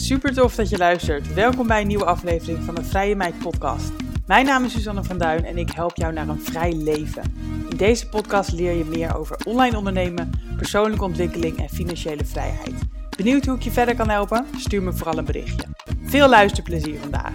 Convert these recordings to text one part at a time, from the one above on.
Super tof dat je luistert. Welkom bij een nieuwe aflevering van de Vrije Meid podcast. Mijn naam is Suzanne van Duin en ik help jou naar een vrij leven. In deze podcast leer je meer over online ondernemen, persoonlijke ontwikkeling en financiële vrijheid. Benieuwd hoe ik je verder kan helpen? Stuur me vooral een berichtje. Veel luisterplezier vandaag.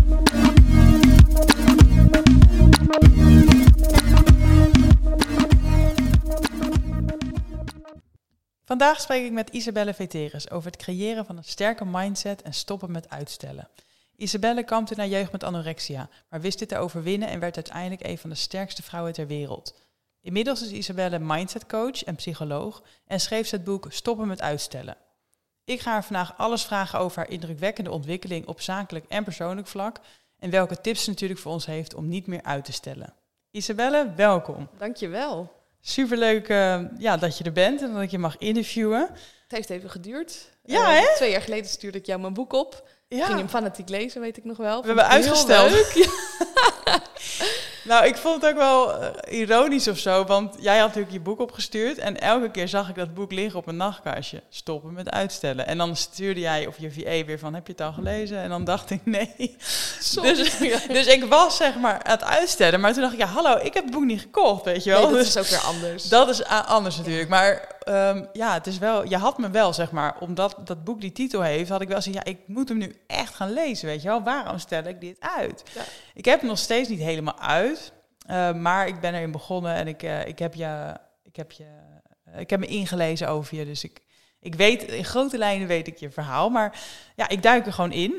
Vandaag spreek ik met Isabelle Veteris over het creëren van een sterke mindset en stoppen met uitstellen. Isabelle kampte in haar jeugd met anorexia, maar wist dit te overwinnen en werd uiteindelijk een van de sterkste vrouwen ter wereld. Inmiddels is Isabelle mindsetcoach en psycholoog en schreef ze het boek Stoppen met uitstellen. Ik ga haar vandaag alles vragen over haar indrukwekkende ontwikkeling op zakelijk en persoonlijk vlak en welke tips ze natuurlijk voor ons heeft om niet meer uit te stellen. Isabelle, welkom. Dankjewel. Superleuk dat je er bent en dat ik je mag interviewen. Het heeft even geduurd. Ja, hè? 2 jaar geleden stuurde ik jou mijn boek op. Ja. Ging je hem fanatiek lezen, weet ik nog wel. We hebben uitgesteld. Heel leuk. Nou, ik vond het ook wel ironisch of zo, want jij had natuurlijk je boek opgestuurd en elke keer zag ik dat boek liggen op een nachtkastje. Stoppen met uitstellen. En dan stuurde jij of je VA weer van, heb je het al gelezen? En dan dacht ik, nee. Dus ik was zeg maar aan het uitstellen, maar toen dacht ik, ja hallo, ik heb het boek niet gekocht, weet je wel. Nee, dat dus is ook weer anders. Dat is anders natuurlijk, maar het is wel, je had me wel zeg maar, omdat dat boek die titel heeft, had ik wel zoiets, ja, ik moet hem nu echt gaan lezen, weet je wel. Waarom stel ik dit uit? Ja. Ik heb hem nog steeds niet helemaal uit, maar ik ben erin begonnen en ik heb me ingelezen over je, dus ik weet, in grote lijnen weet ik je verhaal, maar ja, ik duik er gewoon in.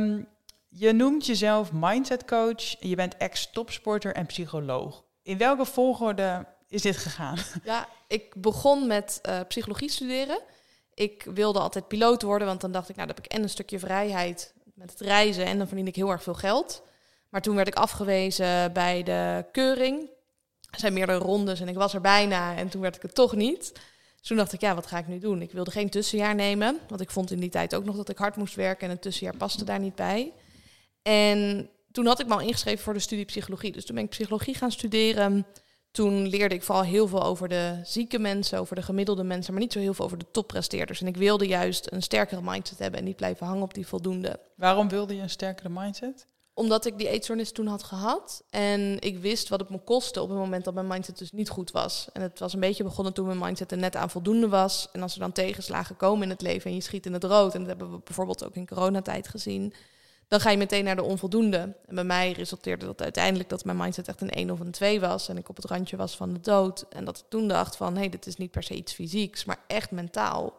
Je noemt jezelf mindsetcoach, je bent ex-topsporter en psycholoog. In welke volgorde is dit gegaan? Ja, ik begon met psychologie studeren. Ik wilde altijd piloot worden, want dan dacht ik, nou, dan heb ik en een stukje vrijheid met het reizen en dan verdien ik heel erg veel geld. Maar toen werd ik afgewezen bij de keuring. Er zijn meerdere rondes en ik was er bijna en toen werd ik het toch niet. Dus toen dacht ik, ja, wat ga ik nu doen? Ik wilde geen tussenjaar nemen, want ik vond in die tijd ook nog dat ik hard moest werken en een tussenjaar paste daar niet bij. En toen had ik me al ingeschreven voor de studie psychologie. Dus toen ben ik psychologie gaan studeren. Toen leerde ik vooral heel veel over de zieke mensen, over de gemiddelde mensen, maar niet zo heel veel over de toppresteerders. En ik wilde juist een sterkere mindset hebben en niet blijven hangen op die voldoende. Waarom wilde je een sterkere mindset? Omdat ik die eetstoornis toen had gehad en ik wist wat het me kostte op het moment dat mijn mindset dus niet goed was. En het was een beetje begonnen toen mijn mindset er net aan voldoende was. En als er dan tegenslagen komen in het leven en je schiet in het rood, en dat hebben we bijvoorbeeld ook in coronatijd gezien, dan ga je meteen naar de onvoldoende. En bij mij resulteerde dat uiteindelijk dat mijn mindset echt een 1 of een 2 was. En ik op het randje was van de dood. En dat ik toen dacht van, hé, dit is niet per se iets fysieks, maar echt mentaal.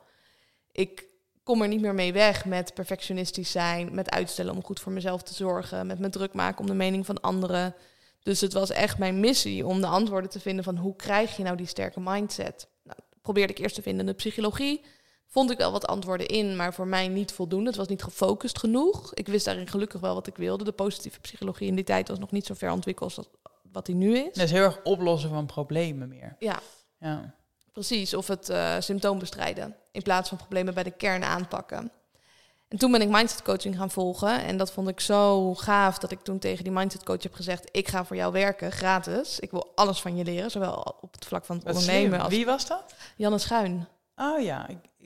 Ik kom er niet meer mee weg met perfectionistisch zijn, met uitstellen om goed voor mezelf te zorgen, met me druk maken om de mening van anderen. Dus het was echt mijn missie om de antwoorden te vinden van, hoe krijg je nou die sterke mindset? Nou, probeerde ik eerst te vinden in de psychologie. Vond ik wel wat antwoorden in, maar voor mij niet voldoende. Het was niet gefocust genoeg. Ik wist daarin gelukkig wel wat ik wilde. De positieve psychologie in die tijd was nog niet zo ver ontwikkeld als wat die nu is. Dat is heel erg oplossen van problemen meer. Ja. Precies. Of het symptoom bestrijden. In plaats van problemen bij de kern aanpakken. En toen ben ik mindsetcoaching gaan volgen. En dat vond ik zo gaaf dat ik toen tegen die mindsetcoach heb gezegd, ik ga voor jou werken, gratis. Ik wil alles van je leren, zowel op het vlak van het ondernemen als... Wie was dat? Janne Schuin. Oh ja,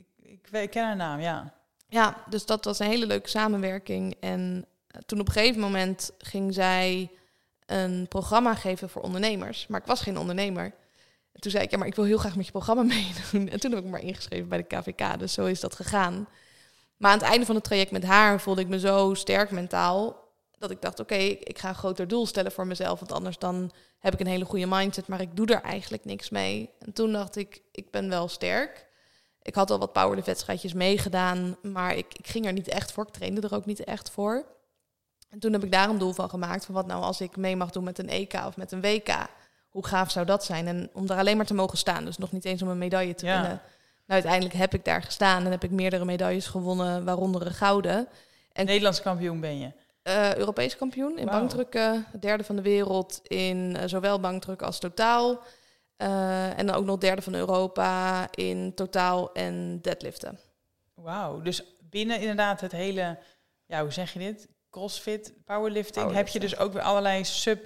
ik ken haar naam, ja. Ja, dus dat was een hele leuke samenwerking. En toen op een gegeven moment ging zij een programma geven voor ondernemers. Maar ik was geen ondernemer. En toen zei ik, ja, maar ik wil heel graag met je programma meedoen. En toen heb ik me maar ingeschreven bij de KVK. Dus zo is dat gegaan. Maar aan het einde van het traject met haar voelde ik me zo sterk mentaal, dat ik dacht, oké, ik ga een groter doel stellen voor mezelf. Want anders dan heb ik een hele goede mindset, maar ik doe er eigenlijk niks mee. En toen dacht ik ben wel sterk. Ik had al wat powerlift-wedstrijdjes meegedaan, maar ik ging er niet echt voor. Ik trainde er ook niet echt voor. En toen heb ik daar een doel van gemaakt, van wat nou als ik mee mag doen met een EK of met een WK. Hoe gaaf zou dat zijn? En om daar alleen maar te mogen staan, dus nog niet eens om een medaille te winnen. Nou, uiteindelijk heb ik daar gestaan en heb ik meerdere medailles gewonnen, waaronder een gouden. En Nederlands kampioen ben je? Europees kampioen in bankdrukken, 3e van de wereld in zowel bankdruk als totaal. En dan ook nog 3e van Europa in totaal en deadliften. Wauw, dus binnen inderdaad het hele, ja, hoe zeg je dit? CrossFit, powerlifting, heb je dus ook weer allerlei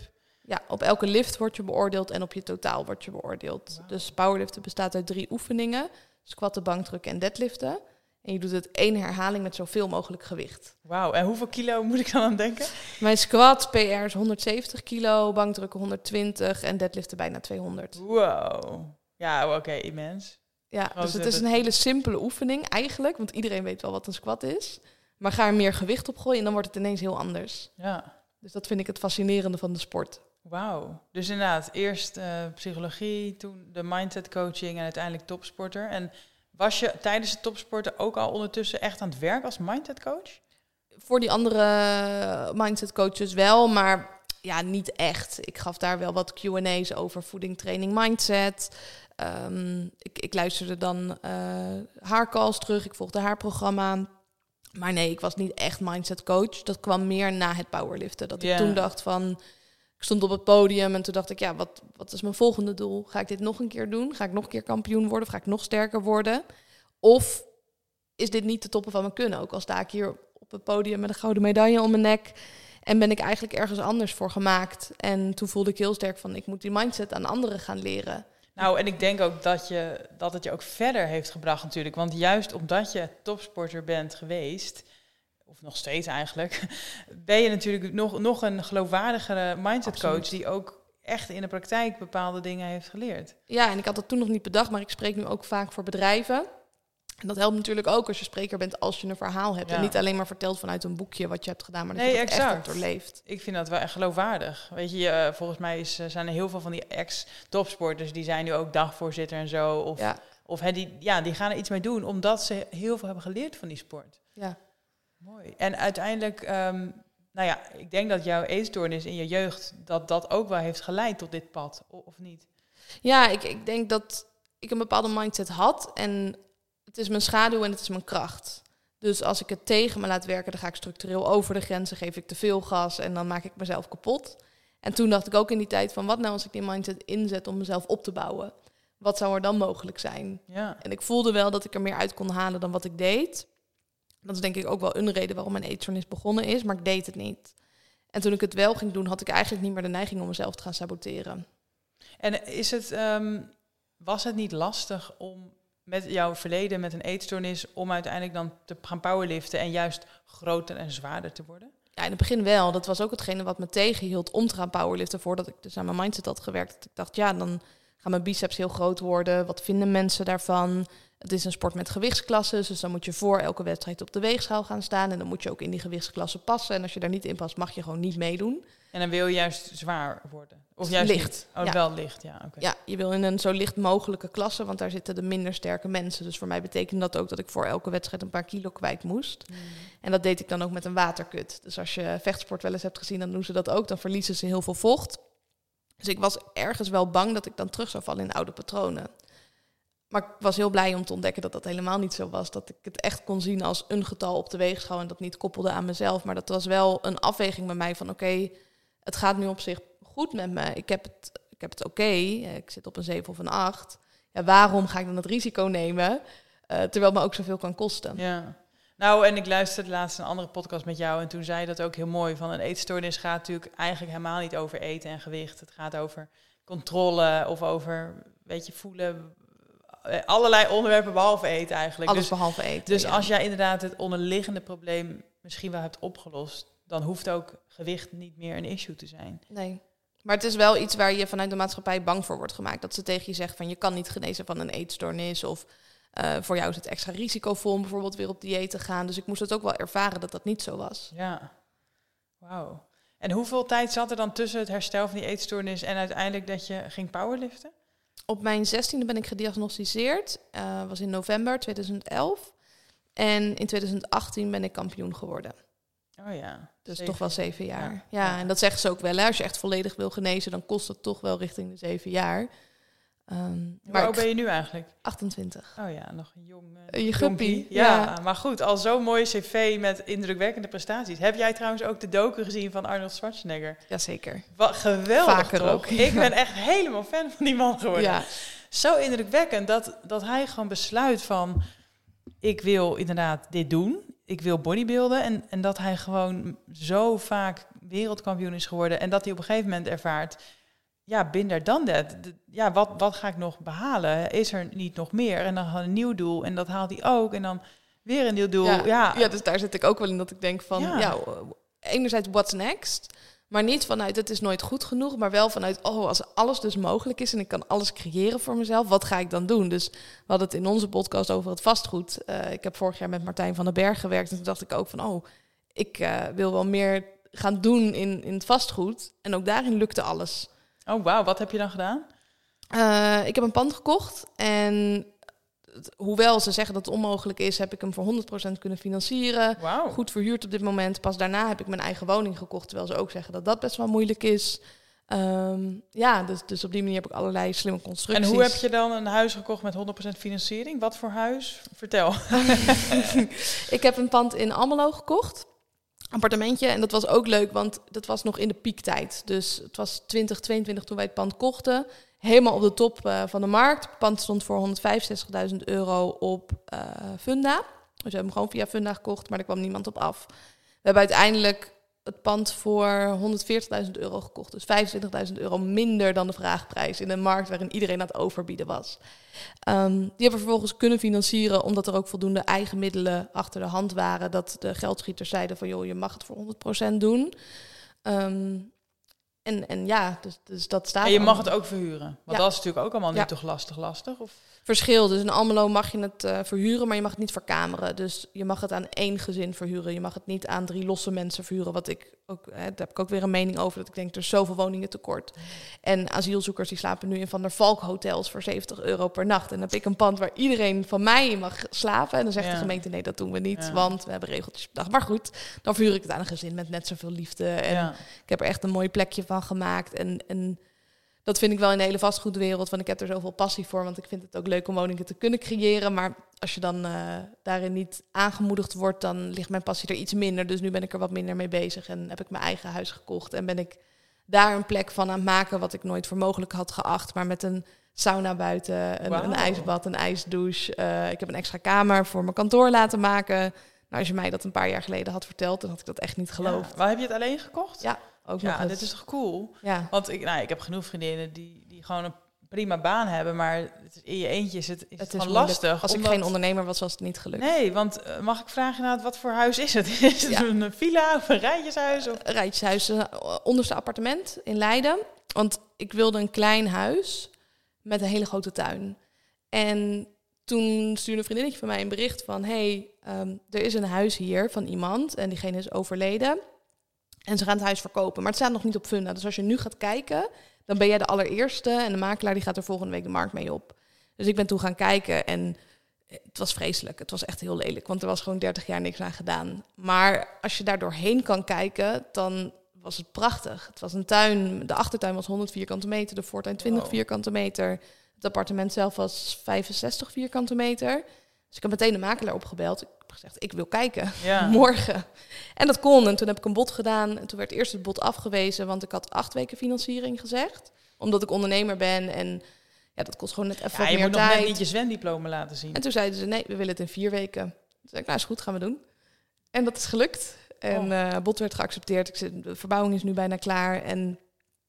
Ja, op elke lift word je beoordeeld en op je totaal word je beoordeeld. Wow. Dus powerliften bestaat uit 3 oefeningen. Squatten, bankdrukken en deadliften. En je doet het 1 herhaling met zoveel mogelijk gewicht. Wauw, en hoeveel kilo moet ik dan aan denken? Mijn squat PR is 170 kilo, bankdrukken 120 en deadliften bijna 200. Wow. Ja, oké, immens. Ja, dus het is een hele simpele oefening eigenlijk. Want iedereen weet wel wat een squat is. Maar ga er meer gewicht op gooien en dan wordt het ineens heel anders. Ja. Dus dat vind ik het fascinerende van de sport. Wauw. Dus inderdaad, eerst psychologie, toen de mindset coaching en uiteindelijk topsporter. En was je tijdens het topsporten ook al ondertussen echt aan het werk als mindset coach? Voor die andere mindset coaches wel, maar ja, niet echt. Ik gaf daar wel wat Q&A's over voeding, training, mindset. Ik luisterde dan haar calls terug, ik volgde haar programma. Maar nee, ik was niet echt mindset coach. Dat kwam meer na het powerliften. Dat ik toen dacht van, ik stond op het podium en toen dacht ik, ja, wat is mijn volgende doel? Ga ik dit nog een keer doen? Ga ik nog een keer kampioen worden? Of ga ik nog sterker worden? Of is dit niet de toppen van mijn kunnen? Ook al sta ik hier op het podium met een gouden medaille om mijn nek en ben ik eigenlijk ergens anders voor gemaakt. En toen voelde ik heel sterk van, ik moet die mindset aan anderen gaan leren. Nou, en ik denk ook dat het je ook verder heeft gebracht natuurlijk. Want juist omdat je topsporter bent geweest, of nog steeds eigenlijk, ben je natuurlijk nog een geloofwaardigere mindset coach die ook echt in de praktijk bepaalde dingen heeft geleerd. Ja, en ik had dat toen nog niet bedacht, maar ik spreek nu ook vaak voor bedrijven. En dat helpt natuurlijk ook als je spreker bent, als je een verhaal hebt. Ja. En niet alleen maar vertelt vanuit een boekje wat je hebt gedaan, maar dat je het echt hebt doorleefd. Ik vind dat wel echt geloofwaardig. Weet je, volgens mij zijn er heel veel van die ex-topsporters, die zijn nu ook dagvoorzitter en zo. Of die gaan er iets mee doen, omdat ze heel veel hebben geleerd van die sport. Ja. Mooi. En uiteindelijk, ik denk dat jouw eetstoornis in je jeugd, dat ook wel heeft geleid tot dit pad, of niet? Ja, ik denk dat ik een bepaalde mindset had en het is mijn schaduw en het is mijn kracht. Dus als ik het tegen me laat werken, dan ga ik structureel over de grenzen, geef ik te veel gas en dan maak ik mezelf kapot. En toen dacht ik ook in die tijd van, wat nou als ik die mindset inzet om mezelf op te bouwen? Wat zou er dan mogelijk zijn? Ja. En ik voelde wel dat ik er meer uit kon halen dan wat ik deed. Dat is denk ik ook wel een reden waarom mijn eetstoornis begonnen is, maar ik deed het niet. En toen ik het wel ging doen, had ik eigenlijk niet meer de neiging om mezelf te gaan saboteren. En was het niet lastig om met jouw verleden met een eetstoornis om uiteindelijk dan te gaan powerliften en juist groter en zwaarder te worden? Ja, in het begin wel. Dat was ook hetgene wat me tegenhield om te gaan powerliften voordat ik dus aan mijn mindset had gewerkt. Ik dacht, ja, dan gaan mijn biceps heel groot worden. Wat vinden mensen daarvan? Het is een sport met gewichtsklassen, dus dan moet je voor elke wedstrijd op de weegschaal gaan staan. En dan moet je ook in die gewichtsklasse passen. En als je daar niet in past, mag je gewoon niet meedoen. En dan wil je juist zwaar worden? Of juist licht? Niet? Ja. Wel licht, ja. Okay. Ja, je wil in een zo licht mogelijke klasse, want daar zitten de minder sterke mensen. Dus voor mij betekent dat ook dat ik voor elke wedstrijd een paar kilo kwijt moest. En dat deed ik dan ook met een waterkut. Dus als je vechtsport wel eens hebt gezien, dan doen ze dat ook. Dan verliezen ze heel veel vocht. Dus ik was ergens wel bang dat ik dan terug zou vallen in oude patronen. Maar ik was heel blij om te ontdekken dat dat helemaal niet zo was. Dat ik het echt kon zien als een getal op de weegschaal en dat niet koppelde aan mezelf. Maar dat was wel een afweging bij mij van oké, het gaat nu op zich goed met me. Ik heb het oké. Ik zit op een 7 of een 8. Ja, waarom ga ik dan het risico nemen? Terwijl het me ook zoveel kan kosten. Ja. Nou, en ik luisterde laatst een andere podcast met jou en toen zei je dat ook heel mooi. Van een eetstoornis gaat natuurlijk eigenlijk helemaal niet over eten en gewicht. Het gaat over controle of over, voelen. Allerlei onderwerpen behalve eten eigenlijk. Alles behalve eten. Dus als jij inderdaad het onderliggende probleem misschien wel hebt opgelost, dan hoeft ook gewicht niet meer een issue te zijn. Nee. Maar het is wel iets waar je vanuit de maatschappij bang voor wordt gemaakt. Dat ze tegen je zeggen van je kan niet genezen van een eetstoornis. Of voor jou is het extra risicovol om bijvoorbeeld weer op dieet te gaan. Dus ik moest het ook wel ervaren dat dat niet zo was. Ja, wauw. En hoeveel tijd zat er dan tussen het herstel van die eetstoornis en uiteindelijk dat je ging powerliften? Op mijn 16e ben ik gediagnosticeerd. Was in november 2011. En in 2018 ben ik kampioen geworden. Oh ja. Dus toch wel 7 jaar. Ja, en dat zeggen ze ook wel. Hè. Als je echt volledig wil genezen, dan kost het toch wel richting de 7 jaar. Hoe oud ben je nu eigenlijk? 28. Oh ja, nog een jong guppy. Ja, maar goed, al zo'n mooie cv met indrukwekkende prestaties. Heb jij trouwens ook de docu gezien van Arnold Schwarzenegger? Jazeker. Wat geweldig. Vaker toch? ook. Ik ben echt helemaal fan van die man geworden. Ja. Zo indrukwekkend dat hij gewoon besluit van, ik wil inderdaad dit doen. Ik wil bodybuilden. En dat hij gewoon zo vaak wereldkampioen is geworden. En dat hij op een gegeven moment ervaart, ja, binder dan dat. Ja, wat ga ik nog behalen? Is er niet nog meer? En dan had een nieuw doel en dat haalt hij ook. En dan Weer een nieuw doel. Ja, dus daar zit ik ook wel in dat ik denk van... enerzijds what's next... Maar niet vanuit het is nooit goed genoeg, maar wel vanuit als alles dus mogelijk is en ik kan alles creëren voor mezelf, wat ga ik dan doen? Dus we hadden het in onze podcast over het vastgoed. Ik heb vorig jaar met Martijn van den Berg gewerkt en toen dacht ik ook van ik wil wel meer gaan doen in het vastgoed. En ook daarin lukte alles. Oh wauw, wat heb je dan gedaan? Ik heb een pand gekocht en hoewel ze zeggen dat het onmogelijk is, heb ik hem voor 100% kunnen financieren. Wow. Goed verhuurd op dit moment. Pas daarna heb ik mijn eigen woning gekocht, terwijl ze ook zeggen dat dat best wel moeilijk is. Dus op die manier heb ik allerlei slimme constructies. En hoe heb je dan een huis gekocht met 100% financiering? Wat voor huis? Vertel. Ik heb een pand in Almelo gekocht. Appartementje. En dat was ook leuk, want dat was nog in de piektijd. Dus het was 2022 toen wij het pand kochten. Helemaal op de top van de markt. Het pand stond voor €165.000 op Funda. Dus we hebben hem gewoon via Funda gekocht, maar er kwam niemand op af. We hebben uiteindelijk het pand voor €140.000 gekocht. Dus €25.000 minder dan de vraagprijs in een markt waarin iedereen aan het overbieden was. Die hebben we vervolgens kunnen financieren, omdat er ook voldoende eigen middelen achter de hand waren. Dat de geldschieters zeiden van joh, je mag het voor 100% doen. Dus dat staat. En je mag het ook verhuren. Want Ja. dat is natuurlijk ook allemaal nu toch lastig. Of? Verschil. Dus in Almelo mag je het verhuren, maar je mag het niet verkameren. Dus je mag het aan 1 gezin verhuren. Je mag het niet aan 3 losse mensen verhuren. Wat ik ook, daar heb ik ook weer een mening over. Dat ik denk, er is zoveel woningen tekort. En asielzoekers die slapen nu in Van der Valk hotels voor €70 per nacht. En dan heb ik een pand waar iedereen van mij in mag slapen. En dan zegt de gemeente, nee, dat doen we niet. Want we hebben regeltjes op dag. Maar goed, dan verhuur ik het aan een gezin met net zoveel liefde. En ik heb er echt een mooi plekje van gemaakt. En dat vind ik wel in de hele vastgoedwereld, want ik heb er zoveel passie voor. Want ik vind het ook leuk om woningen te kunnen creëren. Maar als je dan daarin niet aangemoedigd wordt, dan ligt mijn passie er iets minder. Dus nu ben ik er wat minder mee bezig en heb ik mijn eigen huis gekocht. En ben ik daar een plek van aan het maken wat ik nooit voor mogelijk had geacht. Maar met een sauna buiten, een ijsbad, een ijsdouche. Ik heb een extra kamer voor mijn kantoor laten maken. Nou, als je mij dat een paar jaar geleden had verteld, dan had ik dat echt niet geloofd. Ja. Maar heb je het alleen gekocht? Ja. Ook nog dit is toch cool? Ja. Want ik heb genoeg vriendinnen die gewoon een prima baan hebben, maar in je eentje is het gewoon lastig. Als ik geen ondernemer was, was het niet gelukt. Nee, want mag ik vragen inderdaad, wat voor huis is het? Is het een villa of een rijtjeshuis? Of? Een rijtjeshuis, onderste appartement in Leiden. Want ik wilde een klein huis met een hele grote tuin. En toen stuurde een vriendinnetje van mij een bericht van er is een huis hier van iemand en diegene is overleden. En ze gaan het huis verkopen, maar het staat nog niet op Funda. Dus als je nu gaat kijken, dan ben jij de allereerste. En de makelaar die gaat er volgende week de markt mee op. Dus ik ben toen gaan kijken en het was vreselijk. Het was echt heel lelijk, want er was gewoon 30 jaar niks aan gedaan. Maar als je daar doorheen kan kijken, dan was het prachtig. Het was een tuin, de achtertuin was 100 vierkante meter, de voortuin 20 vierkante meter. Het appartement zelf was 65 vierkante meter. Dus ik heb meteen de makelaar opgebeld. Ik heb gezegd, ik wil kijken, morgen. En dat kon. En toen heb ik een bod gedaan. En toen werd eerst het bod afgewezen, want ik had 8 weken financiering gezegd. Omdat ik ondernemer ben en dat kost gewoon net even wat meer tijd. Je moet nog net niet je zwemdiploma laten zien. En toen zeiden ze, nee, we willen het in 4 weken. Toen zei ik, nou is goed, gaan we doen. En dat is gelukt. En bod werd geaccepteerd. De verbouwing is nu bijna klaar. En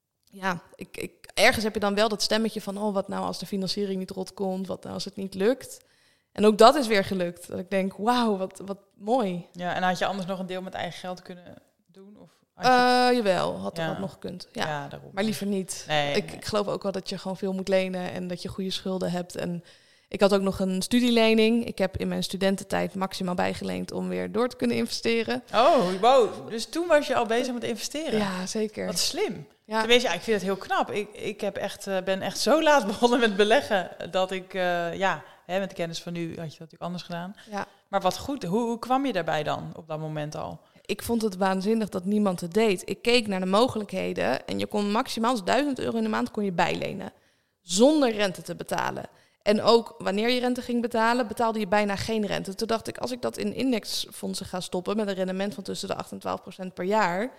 ergens heb je dan wel dat stemmetje van, wat nou als de financiering niet rot komt? Wat nou als het niet lukt? En ook dat is weer gelukt. Dat ik denk, wauw, wat mooi. Ja, en had je anders nog een deel met eigen geld kunnen doen? Of jawel, had er wat nog gekund. Ja, daarom. Maar liever niet. Nee. Ik geloof ook wel dat je gewoon veel moet lenen en dat je goede schulden hebt. En ik had ook nog een studielening. Ik heb in mijn studententijd maximaal bijgeleend om weer door te kunnen investeren. Oh, wow. Dus toen was je al bezig met investeren? Ja, zeker. Wat slim. Ja. Tenminste, ik vind het heel knap. Ik heb ben echt zo laat begonnen met beleggen dat ik, met de kennis van nu had je dat natuurlijk anders gedaan. Ja. Maar wat goed. Hoe kwam je daarbij dan op dat moment al? Ik vond het waanzinnig dat niemand het deed. Ik keek naar de mogelijkheden en je kon maximaal €1.000 in de maand kon je bijlenen. Zonder rente te betalen. En ook wanneer je rente ging betalen, betaalde je bijna geen rente. Toen dacht ik, als ik dat in indexfondsen ga stoppen met een rendement van tussen de 8 en 12% per jaar,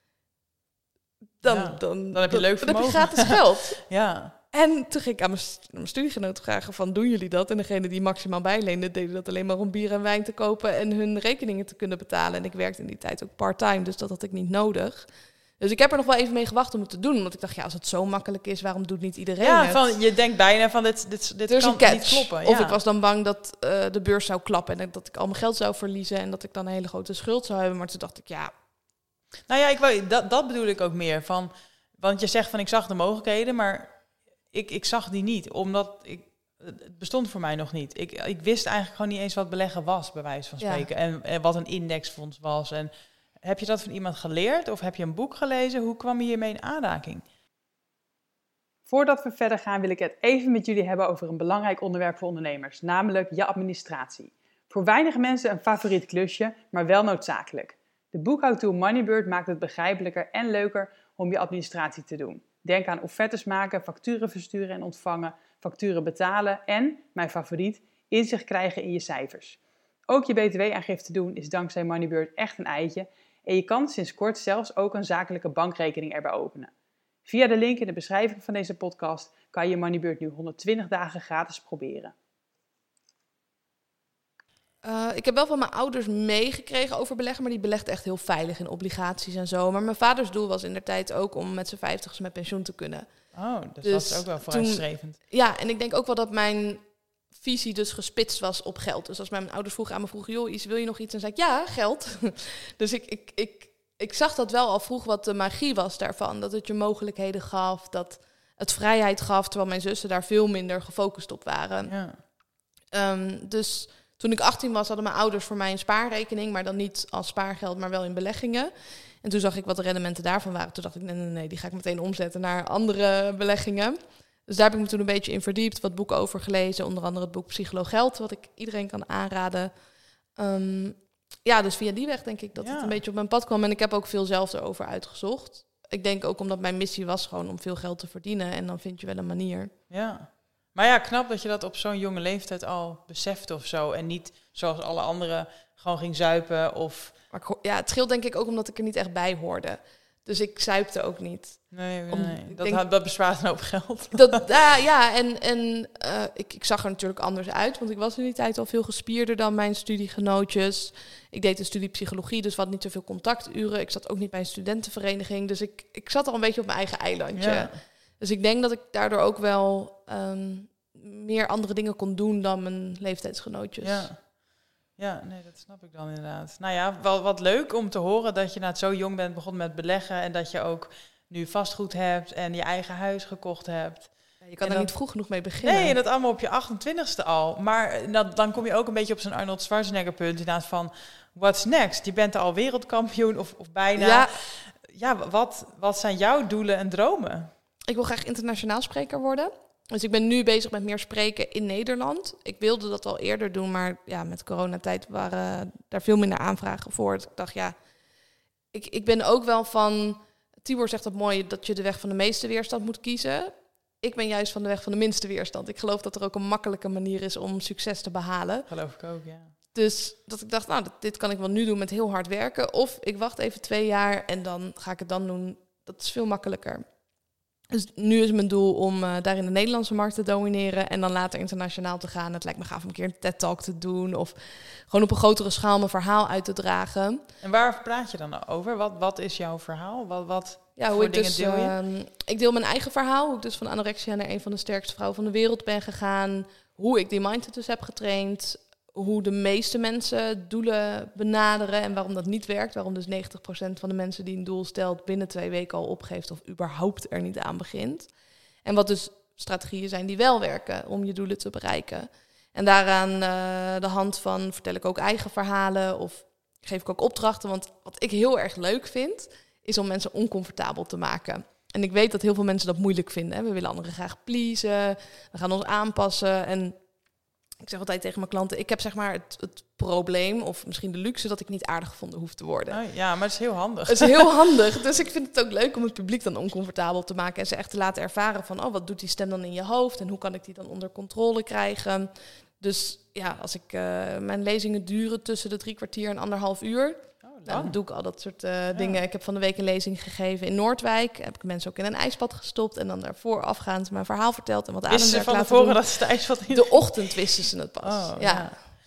dan heb je leuk vermogen. Dan heb je gratis geld. Ja. En toen ging ik aan mijn studiegenoot vragen van, doen jullie dat? En degene die maximaal bijleende, deden dat alleen maar om bier en wijn te kopen en hun rekeningen te kunnen betalen. En ik werkte in die tijd ook part-time, dus dat had ik niet nodig. Dus ik heb er nog wel even mee gewacht om het te doen. Omdat ik dacht, ja, als het zo makkelijk is, waarom doet niet iedereen het? Van, je denkt bijna van, dit kan niet kloppen. Of ik was dan bang dat de beurs zou klappen en dat ik al mijn geld zou verliezen en dat ik dan een hele grote schuld zou hebben. Maar toen dacht ik, ja... Nou ja, dat bedoel ik ook meer. Want je zegt van, ik zag de mogelijkheden, maar ik zag die niet. Omdat het bestond voor mij nog niet. Ik wist eigenlijk gewoon niet eens wat beleggen was, bij wijze van spreken. Ja. En wat een indexfonds was. En heb je dat van iemand geleerd of heb je een boek gelezen? Hoe kwam je hiermee in aanraking? Voordat we verder gaan wil ik het even met jullie hebben over een belangrijk onderwerp voor ondernemers. Namelijk je administratie. Voor weinige mensen een favoriet klusje, maar wel noodzakelijk. De boekhoudtool Moneybird maakt het begrijpelijker en leuker om je administratie te doen. Denk aan offertes maken, facturen versturen en ontvangen, facturen betalen en, mijn favoriet, inzicht krijgen in je cijfers. Ook je btw-aangifte doen is dankzij Moneybird echt een eitje en je kan sinds kort zelfs ook een zakelijke bankrekening erbij openen. Via de link in de beschrijving van deze podcast kan je Moneybird nu 120 dagen gratis proberen. Ik heb wel van mijn ouders meegekregen over beleggen, maar die belegt echt heel veilig in obligaties en zo. Maar mijn vaders doel was indertijd ook om met zijn 50ste met pensioen te kunnen. Oh, dus dat is ook wel vooruitstrevend. Ja, en ik denk ook wel dat mijn visie dus gespitst was op geld. Dus als mijn ouders aan me vroegen, joh, wil je nog iets? En zei ik, ja, geld. Dus ik zag dat wel al vroeg wat de magie was daarvan. Dat het je mogelijkheden gaf, dat het vrijheid gaf, terwijl mijn zussen daar veel minder gefocust op waren. Ja. Dus toen ik 18 was, hadden mijn ouders voor mij een spaarrekening, maar dan niet als spaargeld, maar wel in beleggingen. En toen zag ik wat de rendementen daarvan waren. Toen dacht ik, nee, die ga ik meteen omzetten naar andere beleggingen. Dus daar heb ik me toen een beetje in verdiept, wat boeken over gelezen. Onder andere het boek Psycholoog Geld, wat ik iedereen kan aanraden. Dus via die weg denk ik dat het een beetje op mijn pad kwam. En ik heb ook veel zelf erover uitgezocht. Ik denk ook omdat mijn missie was gewoon om veel geld te verdienen. En dan vind je wel een manier. Ja. Maar ja, knap dat je dat op zo'n jonge leeftijd al besefte of zo. En niet zoals alle anderen gewoon ging zuipen of... Maar het scheelt denk ik ook omdat ik er niet echt bij hoorde. Dus ik zuipte ook niet. Nee. Dat bespaart een hoop geld. Ik zag er natuurlijk anders uit. Want ik was in die tijd al veel gespierder dan mijn studiegenootjes. Ik deed een studie psychologie, dus we hadden niet zoveel contacturen. Ik zat ook niet bij een studentenvereniging. Dus ik zat al een beetje op mijn eigen eilandje. Ja. Dus ik denk dat ik daardoor ook wel meer andere dingen kon doen dan mijn leeftijdsgenootjes. Ja, nee, dat snap ik dan inderdaad. Nou ja, wel wat leuk om te horen dat je zo jong bent begonnen met beleggen en dat je ook nu vastgoed hebt en je eigen huis gekocht hebt. Ja, je kan er niet vroeg genoeg mee beginnen. Nee, en dat allemaal op je 28ste al. Maar dan kom je ook een beetje op zo'n Arnold Schwarzenegger punt inderdaad van, what's next? Je bent al wereldkampioen of bijna. Ja, wat zijn jouw doelen en dromen? Ik wil graag internationaal spreker worden. Dus ik ben nu bezig met meer spreken in Nederland. Ik wilde dat al eerder doen, maar ja, met coronatijd waren daar veel minder aanvragen voor. Dus ik dacht, ik ben ook wel van... Tibor zegt dat mooi, dat je de weg van de meeste weerstand moet kiezen. Ik ben juist van de weg van de minste weerstand. Ik geloof dat er ook een makkelijke manier is om succes te behalen. Geloof ik ook, ja. Dus dat ik dacht, dit kan ik wel nu doen met heel hard werken. Of ik wacht even 2 jaar en dan ga ik het dan doen. Dat is veel makkelijker. Dus nu is mijn doel om daar in de Nederlandse markt te domineren en dan later internationaal te gaan. Het lijkt me gaaf om een keer een TED-talk te doen of gewoon op een grotere schaal mijn verhaal uit te dragen. En waar praat je dan over? Wat is jouw verhaal? Wat hoe ik dus deel je? Ik deel mijn eigen verhaal, hoe ik dus van anorexia naar een van de sterkste vrouwen van de wereld ben gegaan. Hoe ik die mindset dus heb getraind. Hoe de meeste mensen doelen benaderen en waarom dat niet werkt. Waarom dus 90% van de mensen die een doel stelt binnen 2 weken al opgeeft of überhaupt er niet aan begint. En wat dus strategieën zijn die wel werken om je doelen te bereiken. En daaraan de hand van vertel ik ook eigen verhalen of geef ik ook opdrachten. Want wat ik heel erg leuk vind, is om mensen oncomfortabel te maken. En ik weet dat heel veel mensen dat moeilijk vinden. Hè. We willen anderen graag pleasen, we gaan ons aanpassen en... Ik zeg altijd tegen mijn klanten, ik heb zeg maar het probleem of misschien de luxe dat ik niet aardig gevonden hoef te worden. Oh, ja, maar het is heel handig. Het is heel handig, dus ik vind het ook leuk om het publiek dan oncomfortabel te maken en ze echt te laten ervaren van, wat doet die stem dan in je hoofd en hoe kan ik die dan onder controle krijgen. Dus ja, als ik mijn lezingen duren tussen de 3 kwartier en 1,5 uur, dan doe ik al dat soort dingen. Ik heb van de week een lezing gegeven in Noordwijk. Heb ik mensen ook in een ijsbad gestopt. En dan daarvoor afgaand mijn verhaal verteld. En wat ademwerk laten doen. Wisten ze van tevoren dat ze het ijsbad in? De ochtend wisten ze het pas. Ja.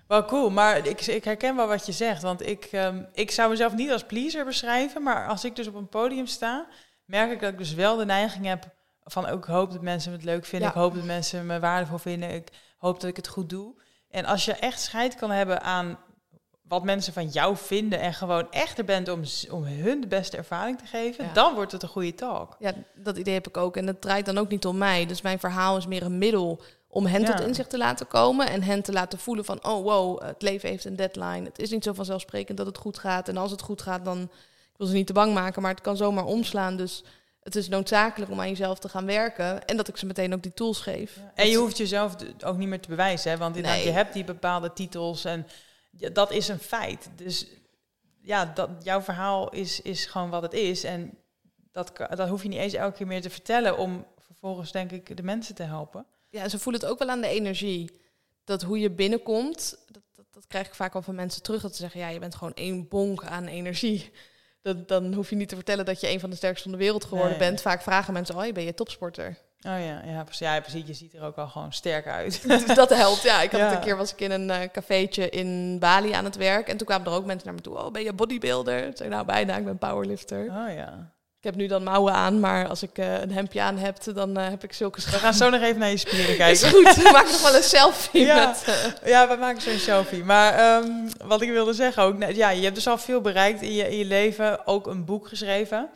Wel cool, maar ik herken wel wat je zegt. Want ik zou mezelf niet als pleaser beschrijven. Maar als ik dus op een podium sta, merk ik dat ik dus wel de neiging heb van... ik hoop dat mensen het leuk vinden. Ja. Ik hoop dat mensen me waardevol vinden. Ik hoop dat ik het goed doe. En als je echt scheid kan hebben aan wat mensen van jou vinden... en gewoon echt er bent om hun de beste ervaring te geven... dan wordt het een goede talk. Ja, dat idee heb ik ook. En het draait dan ook niet om mij. Dus mijn verhaal is meer een middel om hen tot inzicht te laten komen... en hen te laten voelen van, oh wow, het leven heeft een deadline. Het is niet zo vanzelfsprekend dat het goed gaat. En als het goed gaat, dan... ik wil ze niet te bang maken, maar het kan zomaar omslaan. Dus het is noodzakelijk om aan jezelf te gaan werken... en dat ik ze meteen ook die tools geef. Ja. En je hoeft jezelf ook niet meer te bewijzen. Hè? Want inderdaad, je hebt die bepaalde titels en dat is een feit. Dus ja, jouw verhaal is gewoon wat het is. En dat hoef je niet eens elke keer meer te vertellen... om vervolgens, denk ik, de mensen te helpen. Ja, en ze voelen het ook wel aan de energie. Dat hoe je binnenkomt, dat krijg ik vaak wel van mensen terug. Dat ze zeggen, ja, je bent gewoon één bonk aan energie. Dan hoef je niet te vertellen dat je een van de sterkste van de wereld geworden bent. Vaak vragen mensen, ben je topsporter? Oh ja, precies. Je ziet er ook al gewoon sterk uit. Dus dat helpt, ja. Ik had het een keer, was ik in een cafeetje in Bali aan het werk. En toen kwamen er ook mensen naar me toe. Ben je bodybuilder? Ik zei, nou bijna, ik ben powerlifter. Oh ja. Ik heb nu dan mouwen aan, maar als ik een hemdje aan heb, dan heb ik zulke We gaan zo nog even naar je spieren kijken. Is goed, we maken nog wel een selfie. Ja, we maken zo'n selfie. Maar wat ik wilde zeggen ook, je hebt dus al veel bereikt in je leven, ook een boek geschreven.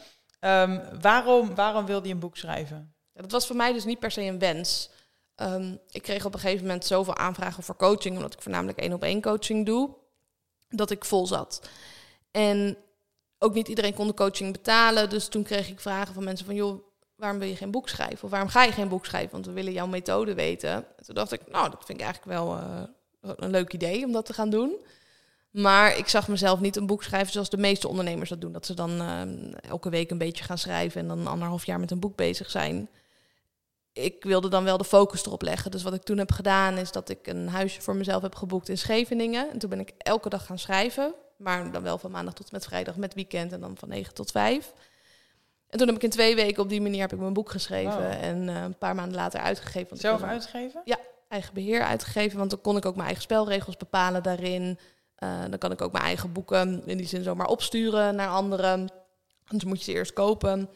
Waarom wilde je een boek schrijven? Ja, dat was voor mij dus niet per se een wens. Ik kreeg op een gegeven moment zoveel aanvragen voor coaching, omdat ik voornamelijk 1-op-1 coaching doe, dat ik vol zat. En ook niet iedereen kon de coaching betalen. Dus toen kreeg ik vragen van mensen van... joh, waarom wil je geen boek schrijven? Of waarom ga je geen boek schrijven? Want we willen jouw methode weten. En toen dacht ik, dat vind ik eigenlijk wel een leuk idee om dat te gaan doen. Maar ik zag mezelf niet een boek schrijven zoals de meeste ondernemers dat doen. Dat ze dan elke week een beetje gaan schrijven... en dan 1,5 jaar met een boek bezig zijn. Ik wilde dan wel de focus erop leggen. Dus wat ik toen heb gedaan is dat ik een huisje voor mezelf heb geboekt in Scheveningen. En toen ben ik elke dag gaan schrijven... maar dan wel van maandag tot met vrijdag met weekend en dan van 9 tot 5. En toen heb ik in 2 weken op die manier heb ik mijn boek geschreven. En een paar maanden later uitgegeven. Zelf uitgegeven? Ja, eigen beheer uitgegeven. Want dan kon ik ook mijn eigen spelregels bepalen daarin. Dan kan ik ook mijn eigen boeken in die zin zomaar opsturen naar anderen. Dus moet je ze eerst kopen.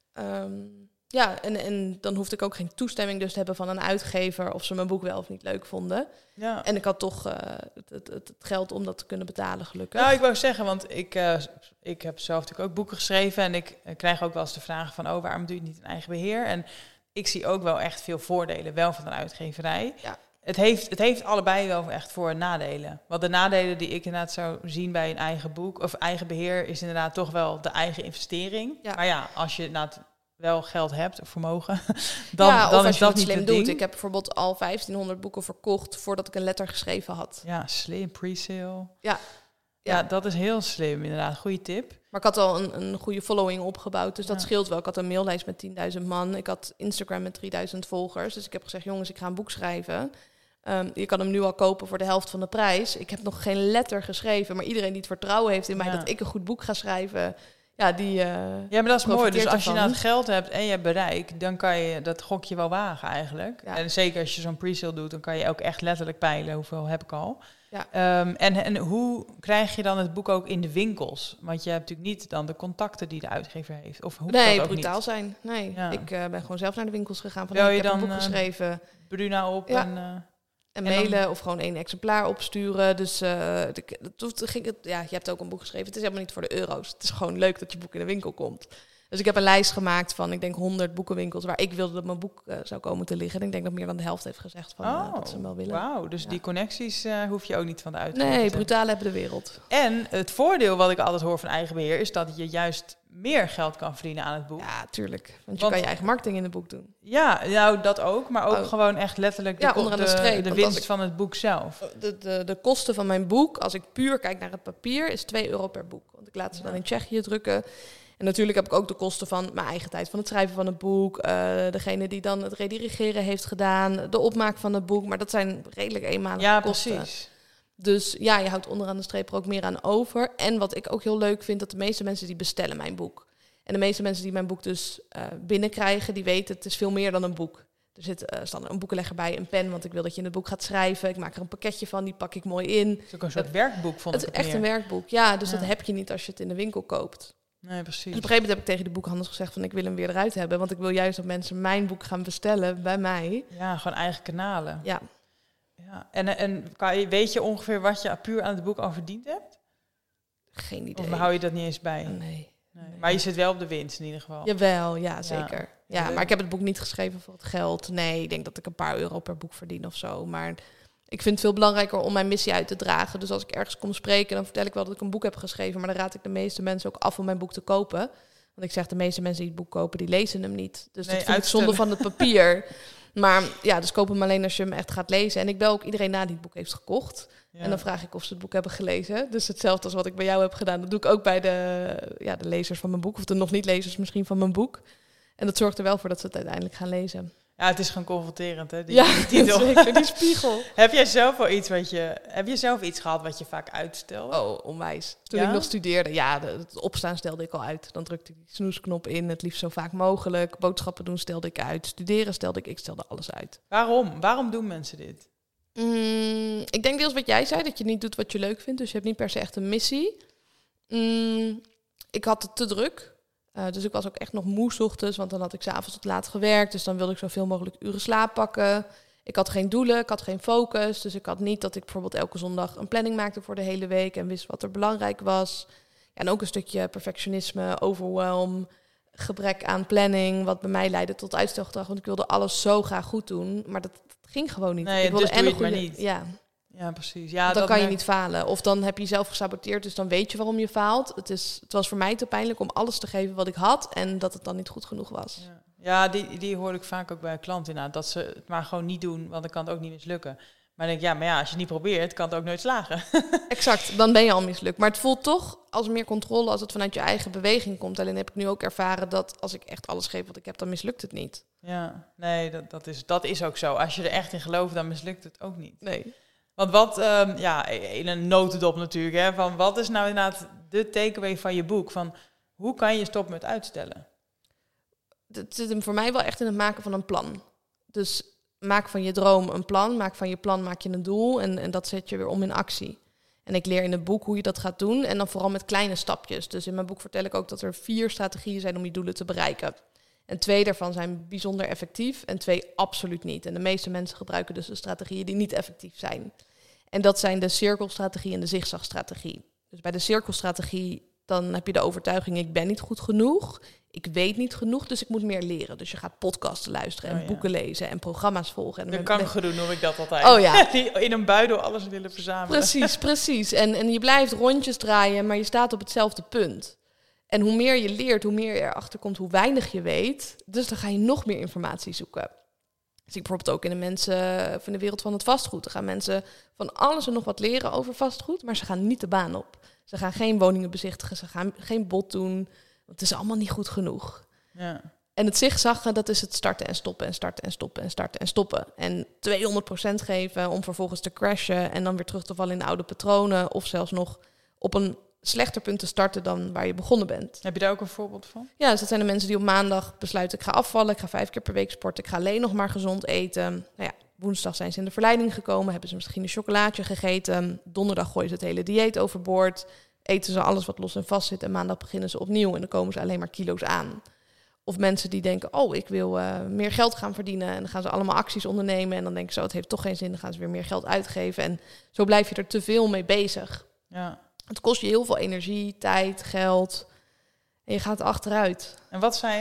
En dan hoefde ik ook geen toestemming dus te hebben van een uitgever... of ze mijn boek wel of niet leuk vonden. Ja. En ik had toch het geld om dat te kunnen betalen, gelukkig. Nou, ik wou zeggen, want ik heb zelf natuurlijk ook boeken geschreven... en ik krijg ook wel eens de vragen van... waarom doe je niet een eigen beheer? En ik zie ook wel echt veel voordelen wel van een uitgeverij. Ja. Het heeft allebei wel echt voor- en nadelen. Want de nadelen die ik inderdaad zou zien bij een eigen boek... of eigen beheer is inderdaad toch wel de eigen investering. Ja. Maar ja, als je inderdaad... wel geld hebt of vermogen, dan is dat niet slim doet. Ik heb bijvoorbeeld al 1500 boeken verkocht voordat ik een letter geschreven had. Ja, slim, pre-sale. Ja, dat is heel slim, inderdaad. Goeie tip. Maar ik had al een goede following opgebouwd, dus dat scheelt wel. Ik had een maillijst met 10.000 man. Ik had Instagram met 3.000 volgers. Dus ik heb gezegd, jongens, ik ga een boek schrijven. Je kan hem nu al kopen voor de helft van de prijs. Ik heb nog geen letter geschreven, maar iedereen die het vertrouwen heeft in mij dat ik een goed boek ga schrijven... Ja, maar dat is mooi. Dus als je nou het geld hebt en je hebt bereik, dan kan je dat gokje wel wagen eigenlijk. Ja. En zeker als je zo'n pre-sale doet, dan kan je ook echt letterlijk peilen hoeveel heb ik al. Ja. En hoe krijg je dan het boek ook in de winkels? Want je hebt natuurlijk niet dan de contacten die de uitgever heeft. Of hoe nee, dat ook brutaal niet? Zijn. Nee, ik ben gewoon zelf naar de winkels gegaan. Van, Bel je ik heb dan een boek geschreven. Bruna op en mailen dan... of gewoon 1 exemplaar opsturen. Dus je hebt ook een boek geschreven. Het is helemaal niet voor de euro's. Het is gewoon leuk dat je boek in de winkel komt. Dus ik heb een lijst gemaakt van, ik denk 100 boekenwinkels... waar ik wilde dat mijn boek zou komen te liggen. En ik denk dat meer dan de helft heeft gezegd van, dat ze hem wel willen. Wauw, dus die connecties hoef je ook niet van de uitgever. Nee, brutaal hebben de wereld. En het voordeel wat ik altijd hoor van eigen beheer... is dat je juist meer geld kan verdienen aan het boek. Ja, tuurlijk. Want je kan je eigen marketing in het boek doen. Ja, nou dat ook. Maar ook gewoon echt letterlijk de winst van het boek zelf. De kosten van mijn boek, als ik puur kijk naar het papier... is €2 per boek. Want ik laat ze dan in Tsjechië drukken... En natuurlijk heb ik ook de kosten van mijn eigen tijd van het schrijven van het boek. Degene die dan het redigeren heeft gedaan. De opmaak van het boek. Maar dat zijn redelijk eenmalige kosten. Ja, precies. Dus ja, je houdt onderaan de streep er ook meer aan over. En wat ik ook heel leuk vind, dat de meeste mensen die bestellen mijn boek. En de meeste mensen die mijn boek dus binnenkrijgen, die weten het is veel meer dan een boek. staat een boekenlegger bij, een pen, want ik wil dat je in het boek gaat schrijven. Ik maak er een pakketje van, die pak ik mooi in. Het is ook een soort werkboek, vond ik. Het is echt een werkboek, ja. Dus dat heb je niet als je het in de winkel koopt. Nee, precies. Dus op een gegeven moment heb ik tegen de boekhandels gezegd van ik wil hem weer eruit hebben. Want ik wil juist dat mensen mijn boek gaan bestellen bij mij. Ja, gewoon eigen kanalen. Ja. En weet je ongeveer wat je puur aan het boek al verdiend hebt? Geen idee. Of hou je dat niet eens bij? Nee. Maar je zit wel op de winst in ieder geval. Jawel, ja, zeker. Ja, maar ik heb het boek niet geschreven voor het geld. Nee, ik denk dat ik een paar euro per boek verdien of zo. Maar ik vind het veel belangrijker om mijn missie uit te dragen. Dus als ik ergens kom spreken, dan vertel ik wel dat ik een boek heb geschreven. Maar dan raad ik de meeste mensen ook af om mijn boek te kopen. Want ik zeg, de meeste mensen die het boek kopen, die lezen hem niet. Dus dat vind ik zonde van het papier. Maar ja, dus koop hem alleen als je hem echt gaat lezen. En ik bel ook iedereen na die het boek heeft gekocht. Ja. En dan vraag ik of ze het boek hebben gelezen. Dus hetzelfde als wat ik bij jou heb gedaan. Dat doe ik ook bij de lezers van mijn boek. Of de nog niet lezers misschien van mijn boek. En dat zorgt er wel voor dat ze het uiteindelijk gaan lezen. Ja, het is gewoon confronterend, hè? Die titel. Zeker, die spiegel. Heb jij zelf wel iets gehad wat je vaak uitstelde? Oh, onwijs. Toen ik nog studeerde, het opstaan stelde ik al uit. Dan drukte ik die snoesknop in, het liefst zo vaak mogelijk. Boodschappen doen stelde ik uit. Studeren ik stelde alles uit. Waarom doen mensen dit? Ik denk deels wat jij zei, dat je niet doet wat je leuk vindt. Dus je hebt niet per se echt een missie. Ik had het te druk. Dus ik was ook echt nog moe 's ochtends, want dan had ik 's avonds tot laat gewerkt. Dus dan wilde ik zoveel mogelijk uren slaap pakken. Ik had geen doelen, ik had geen focus. Dus ik had niet dat ik bijvoorbeeld elke zondag een planning maakte voor de hele week en wist wat er belangrijk was. Ja, en ook een stukje perfectionisme, overwhelm, gebrek aan planning, wat bij mij leidde tot uitstelgedrag. Want ik wilde alles zo graag goed doen, maar dat ging gewoon niet. Nee, ik wilde dus doe je het maar niet. Ja, precies. Ja, dan kan je niet falen. Of dan heb je jezelf gesaboteerd, dus dan weet je waarom je faalt. Het was voor mij te pijnlijk om alles te geven wat ik had en dat het dan niet goed genoeg was. Ja, die hoor ik vaak ook bij klanten inderdaad. Dat ze het maar gewoon niet doen, want dan kan het ook niet mislukken. Maar dan denk ik, als je het niet probeert, kan het ook nooit slagen. Exact, dan ben je al mislukt. Maar het voelt toch als meer controle als het vanuit je eigen beweging komt. Alleen heb ik nu ook ervaren dat als ik echt alles geef wat ik heb, dan mislukt het niet. Ja, nee, dat is ook zo. Als je er echt in gelooft, dan mislukt het ook niet. Nee. Want in een notendop natuurlijk, hè, van wat is nou inderdaad de takeaway van je boek? Van hoe kan je stoppen met uitstellen? Het zit hem voor mij wel echt in het maken van een plan. Dus maak van je droom een plan, maak van je plan maak je een doel en dat zet je weer om in actie. En ik leer in het boek hoe je dat gaat doen en dan vooral met kleine stapjes. Dus in mijn boek vertel ik ook dat er 4 strategieën zijn om die doelen te bereiken. En 2 daarvan zijn bijzonder effectief en 2 absoluut niet. En de meeste mensen gebruiken dus de strategieën die niet effectief zijn. En dat zijn de cirkelstrategie en de zigzagstrategie. Dus bij de cirkelstrategie dan heb je de overtuiging, ik ben niet goed genoeg. Ik weet niet genoeg, dus ik moet meer leren. Dus je gaat podcasten luisteren en boeken lezen en programma's volgen. En kangoeroe noem ik dat altijd. Oh ja. Die in een buidel alles willen verzamelen. Precies. En je blijft rondjes draaien, maar je staat op hetzelfde punt. En hoe meer je leert, hoe meer je erachter komt, hoe weinig je weet. Dus dan ga je nog meer informatie zoeken. Zie ik bijvoorbeeld ook in de mensen van de wereld van het vastgoed. Dan gaan mensen van alles en nog wat leren over vastgoed, maar ze gaan niet de baan op. Ze gaan geen woningen bezichtigen, ze gaan geen bod doen. Want het is allemaal niet goed genoeg. Ja. En het zigzaggen, dat is het starten en stoppen en starten en stoppen en starten en stoppen. En 200% geven om vervolgens te crashen en dan weer terug te vallen in oude patronen. Of zelfs nog op een slechter punt te starten dan waar je begonnen bent. Heb je daar ook een voorbeeld van? Ja, dus dat zijn de mensen die op maandag besluiten, ik ga afvallen, ik ga 5 keer per week sporten, ik ga alleen nog maar gezond eten. Nou ja, woensdag zijn ze in de verleiding gekomen, hebben ze misschien een chocolaatje gegeten. Donderdag gooien ze het hele dieet overboord, eten ze alles wat los en vast zit en maandag beginnen ze opnieuw en dan komen ze alleen maar kilo's aan. Of mensen die denken, ik wil meer geld gaan verdienen en dan gaan ze allemaal acties ondernemen en dan denken ze, het heeft toch geen zin, dan gaan ze weer meer geld uitgeven en zo blijf je er te veel mee bezig. Ja. Het kost je heel veel energie, tijd, geld. En je gaat achteruit. En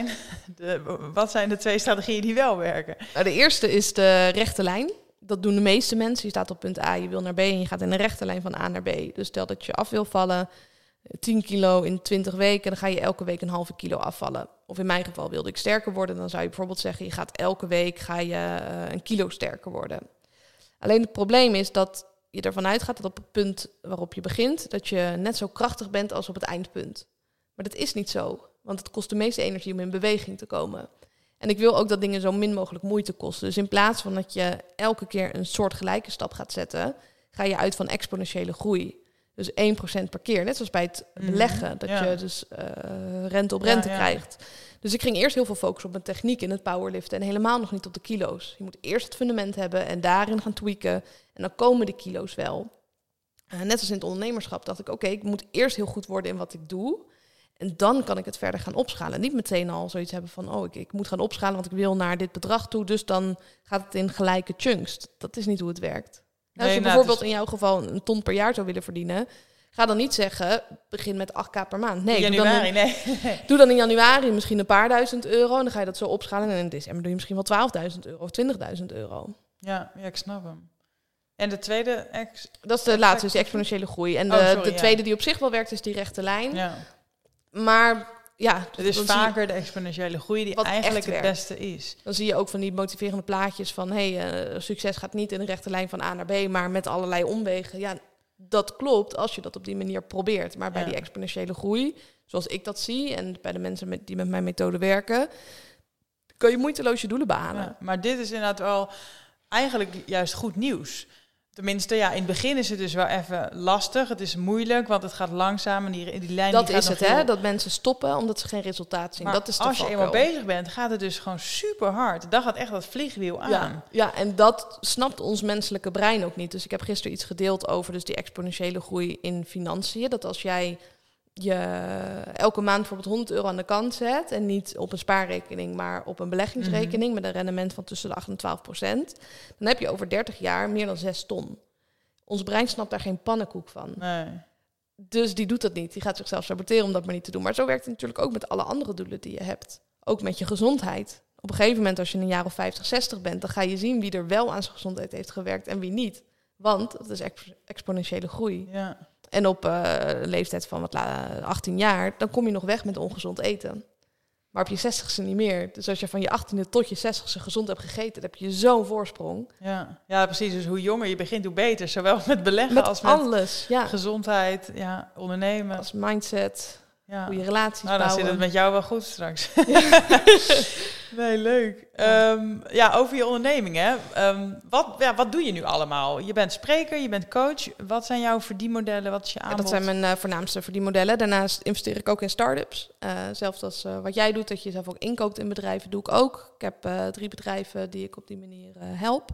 wat zijn de 2 strategieën die wel werken? Nou, de eerste is de rechte lijn. Dat doen de meeste mensen. Je staat op punt A, je wil naar B en je gaat in een rechte lijn van A naar B. Dus stel dat je af wil vallen, 10 kilo in 20 weken, dan ga je elke week een halve kilo afvallen. Of in mijn geval wilde ik sterker worden, dan zou je bijvoorbeeld zeggen, je gaat elke week een kilo sterker worden. Alleen het probleem is dat je ervan uitgaat dat op het punt waarop je begint, dat je net zo krachtig bent als op het eindpunt. Maar dat is niet zo, want het kost de meeste energie om in beweging te komen. En ik wil ook dat dingen zo min mogelijk moeite kosten. Dus in plaats van dat je elke keer een soortgelijke stap gaat zetten, ga je uit van exponentiële groei. Dus 1% per keer, net zoals bij het beleggen, dat je dus rente op rente krijgt. Dus ik ging eerst heel veel focussen op mijn techniek in het powerliften en helemaal nog niet op de kilo's. Je moet eerst het fundament hebben en daarin gaan tweaken. En dan komen de kilo's wel. Net als in het ondernemerschap dacht ik, oké, ik moet eerst heel goed worden in wat ik doe. En dan kan ik het verder gaan opschalen. Niet meteen al zoiets hebben van, ik moet gaan opschalen, want ik wil naar dit bedrag toe. Dus dan gaat het in gelijke chunks. Dat is niet hoe het werkt. Als je bijvoorbeeld in jouw geval een ton per jaar zou willen verdienen, ga dan niet zeggen, begin met 8k per maand. Nee, doe dan in januari misschien een paar duizend euro. En dan ga je dat zo opschalen. En in december doe je misschien wel 12.000 euro of 20.000 euro. Ja, ik snap hem. En de tweede... Dat is de laatste, dus die exponentiële groei. En de tweede die op zich wel werkt, is die rechte lijn. Ja. Maar ja... Het is vaker de exponentiële groei die eigenlijk het beste is. Dan zie je ook van die motiverende plaatjes van... succes gaat niet in de rechte lijn van A naar B, maar met allerlei omwegen. Ja, dat klopt als je dat op die manier probeert. Maar bij die exponentiële groei, zoals ik dat zie... en bij de mensen die met mijn methode werken... kan je moeiteloos je doelen behalen. Ja, maar dit is inderdaad wel eigenlijk juist goed nieuws. Tenminste, in het begin is het dus wel even lastig. Het is moeilijk, want het gaat langzaam en die lijn... Dat die gaat is het, hè? Dat mensen stoppen omdat ze geen resultaat zien. Maar dat is als je eenmaal bezig bent, gaat het dus gewoon super hard. Dan gaat echt dat vliegwiel aan. Ja, en dat snapt ons menselijke brein ook niet. Dus ik heb gisteren iets gedeeld over dus die exponentiële groei in financiën. Dat als jij je elke maand bijvoorbeeld 100 euro aan de kant zet... en niet op een spaarrekening, maar op een beleggingsrekening... met een rendement van tussen de 8% en 12%... dan heb je over 30 jaar meer dan 6 ton. Ons brein snapt daar geen pannenkoek van. Nee. Dus die doet dat niet. Die gaat zichzelf saboteren om dat maar niet te doen. Maar zo werkt het natuurlijk ook met alle andere doelen die je hebt. Ook met je gezondheid. Op een gegeven moment, als je een jaar of 50, 60 bent... dan ga je zien wie er wel aan zijn gezondheid heeft gewerkt en wie niet. Want dat is exponentiële groei. Ja. En op een leeftijd van 18 jaar, dan kom je nog weg met ongezond eten. Maar op je 60ste niet meer. Dus als je van je 18e tot je 60ste gezond hebt gegeten, dan heb je zo'n voorsprong. Ja, precies. Dus hoe jonger je begint, hoe beter. Zowel met beleggen met als met alles, gezondheid, ondernemen. Als mindset, hoe je relaties bouwen. Dan zit het met jou wel goed straks. Nee, leuk. Over je onderneming, hè. Wat doe je nu allemaal? Je bent spreker, je bent coach. Wat zijn jouw verdienmodellen? Wat is je aanbod? Dat zijn mijn voornaamste verdienmodellen. Daarnaast investeer ik ook in start-ups. Zelfs als wat jij doet, dat je zelf ook inkoopt in bedrijven, doe ik ook. Ik heb 3 bedrijven die ik op die manier help.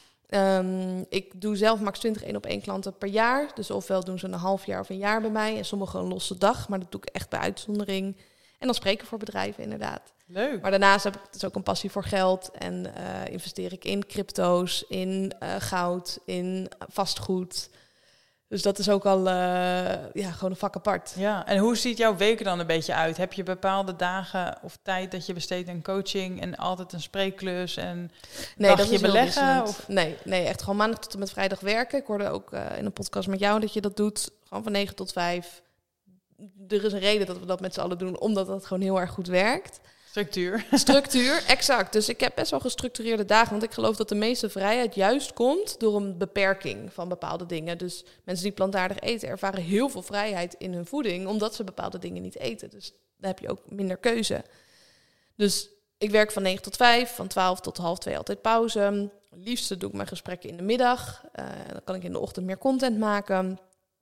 Ik doe zelf max 20 1-op-1 klanten per jaar. Dus ofwel doen ze een half jaar of een jaar bij mij. En sommigen een losse dag, maar dat doe ik echt bij uitzondering. En dan spreken voor bedrijven, inderdaad. Leuk. Maar daarnaast heb ik dus ook een passie voor geld. En investeer ik in crypto's, in goud, in vastgoed. Dus dat is ook al gewoon een vak apart. Ja, en hoe ziet jouw week er dan een beetje uit? Heb je bepaalde dagen of tijd dat je besteedt aan coaching en altijd een spreekklus en dat je beleggen? Of? Nee, echt gewoon maandag tot en met vrijdag werken. Ik hoorde ook in een podcast met jou dat je dat doet. Gewoon van 9 tot 5. Er is een reden dat we dat met z'n allen doen, omdat dat gewoon heel erg goed werkt. Structuur, exact. Dus ik heb best wel gestructureerde dagen, want ik geloof dat de meeste vrijheid juist komt door een beperking van bepaalde dingen. Dus mensen die plantaardig eten ervaren heel veel vrijheid in hun voeding, omdat ze bepaalde dingen niet eten. Dus dan heb je ook minder keuze. Dus ik werk van 9 tot 5, van 12 tot 1:30 altijd pauze. Liefst doe ik mijn gesprekken in de middag. Dan kan ik in de ochtend meer content maken.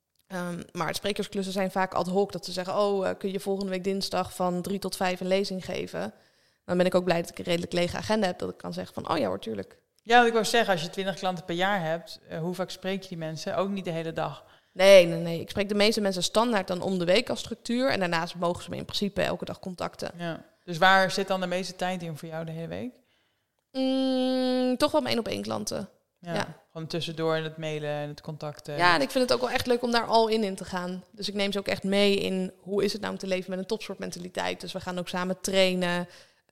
Maar sprekersklussen zijn vaak ad hoc. Dat ze zeggen, kun je volgende week dinsdag van 3 tot 5 een lezing geven? Dan ben ik ook blij dat ik een redelijk lege agenda heb. Dat ik kan zeggen van, ja hoor, tuurlijk. Ja, wat ik wou zeggen, als je 20 klanten per jaar hebt, hoe vaak spreek je die mensen? Ook niet de hele dag. Nee. Ik spreek de meeste mensen standaard dan om de week als structuur. En daarnaast mogen ze me in principe elke dag contacten. Ja. Dus waar zit dan de meeste tijd in voor jou de hele week? Toch wel mijn 1-op-1 klanten. Ja, gewoon tussendoor in het mailen en het contacten. Ja, en ik vind het ook wel echt leuk om daar al in te gaan. Dus ik neem ze ook echt mee in hoe is het nou om te leven met een topsportmentaliteit. Dus we gaan ook samen trainen,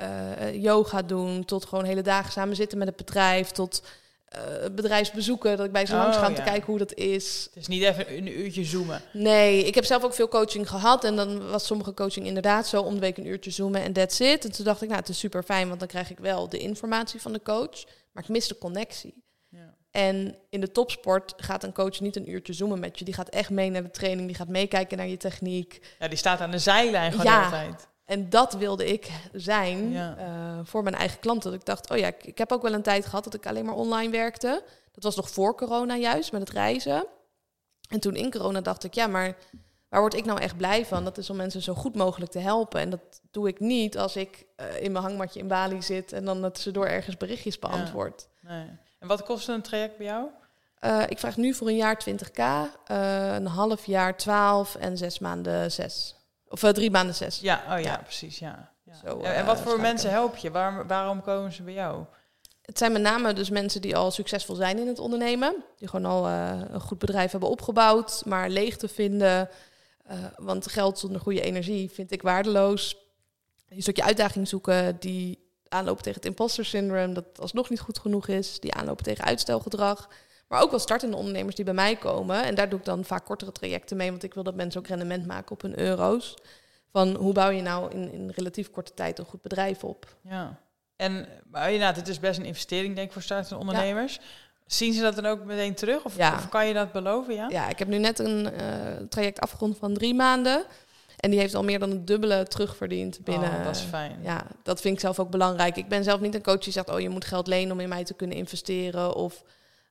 yoga doen, tot gewoon hele dagen samen zitten met het bedrijf, tot bedrijfsbezoeken, dat ik bij ze langs ga om te kijken hoe dat is. Het is niet even een uurtje zoomen. Nee, ik heb zelf ook veel coaching gehad en dan was sommige coaching inderdaad zo om de week een uurtje zoomen en that's it. En toen dacht ik, het is super fijn, want dan krijg ik wel de informatie van de coach, maar ik mis de connectie. Ja. En in de topsport gaat een coach niet een uurtje zoomen met je. Die gaat echt mee naar de training, die gaat meekijken naar je techniek. Ja, die staat aan de zijlijn gewoon de hele tijd. En dat wilde ik zijn voor mijn eigen klanten. Dat ik dacht, ik heb ook wel een tijd gehad dat ik alleen maar online werkte. Dat was nog voor corona juist, met het reizen. En toen in corona dacht ik, maar waar word ik nou echt blij van? Dat is om mensen zo goed mogelijk te helpen. En dat doe ik niet als ik in mijn hangmatje in Bali zit en dan tussendoor ergens berichtjes beantwoord. Nee. En wat kost een traject bij jou? Ik vraag nu voor een jaar 20.000, een half jaar 12 en 6 maanden 6. Of 3 maanden 6. Ja, precies, ja. Zo, en wat voor mensen help je? Waarom komen ze bij jou? Het zijn met name dus mensen die al succesvol zijn in het ondernemen. Die gewoon al een goed bedrijf hebben opgebouwd, maar leegte vinden. Want geld zonder goede energie vind ik waardeloos. Een stukje uitdaging zoeken, die aanlopen tegen het imposter syndrome, dat alsnog niet goed genoeg is. Die aanlopen tegen uitstelgedrag. Maar ook wel startende ondernemers die bij mij komen. En daar doe ik dan vaak kortere trajecten mee, want ik wil dat mensen ook rendement maken op hun euro's. Van hoe bouw je nou in relatief korte tijd een goed bedrijf op? Ja. En inderdaad, het is best een investering, denk ik, voor startende ondernemers. Ja. Zien ze dat dan ook meteen terug? Of kan je dat beloven? Ja, ik heb nu net een traject afgerond van 3 maanden. En die heeft al meer dan het dubbele terugverdiend binnen. Oh, dat is fijn. Ja, dat vind ik zelf ook belangrijk. Ik ben zelf niet een coach die zegt, je moet geld lenen om in mij te kunnen investeren. Of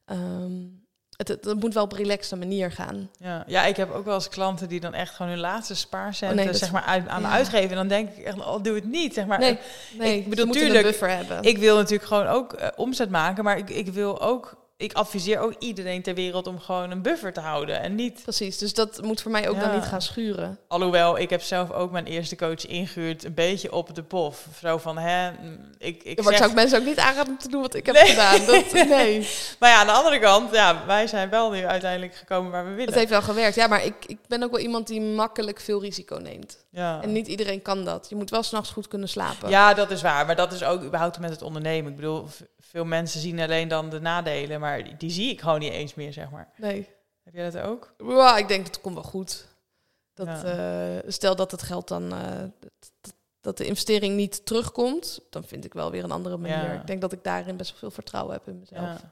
het moet wel op een relaxte manier gaan. Ja, ik heb ook wel eens klanten die dan echt gewoon hun laatste spaarcenten zeg maar aan me uitgeven. En dan denk ik echt, doe het niet. Zeg maar. Nee, ik bedoel, moeten een buffer hebben. Ik wil natuurlijk gewoon ook omzet maken, maar ik wil ook... Ik adviseer ook iedereen ter wereld om gewoon een buffer te houden en niet... Precies, dus dat moet voor mij ook dan niet gaan schuren. Alhoewel, ik heb zelf ook mijn eerste coach ingehuurd, een beetje op de pof. Zo van, maar zou ik mensen ook niet aanraden om te doen wat ik heb gedaan. Nee. Maar ja, aan de andere kant, wij zijn wel nu uiteindelijk gekomen waar we willen. Het heeft wel gewerkt, ja, maar ik ben ook wel iemand die makkelijk veel risico neemt. Ja. En niet iedereen kan dat. Je moet wel 's nachts goed kunnen slapen. Ja, dat is waar. Maar dat is ook überhaupt met het ondernemen. Ik bedoel, veel mensen zien alleen dan de nadelen, maar die zie ik gewoon niet eens meer, zeg maar. Nee. Heb jij dat ook? Ja, ik denk dat komt wel goed. Stel dat het geld dan... dat de investering niet terugkomt, dan vind ik wel weer een andere manier. Ja. Ik denk dat ik daarin best wel veel vertrouwen heb in mezelf. Ja.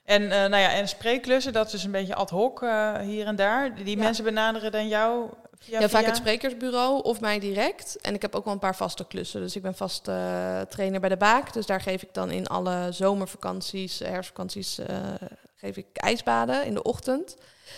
En spreekklussen, dat is dus een beetje ad hoc hier en daar. Die mensen benaderen dan jou via... vaak het sprekersbureau of mij direct. En ik heb ook wel een paar vaste klussen. Dus ik ben vast trainer bij de Baak. Dus daar geef ik dan in alle zomervakanties, herfstvakanties... geef ik ijsbaden in de ochtend.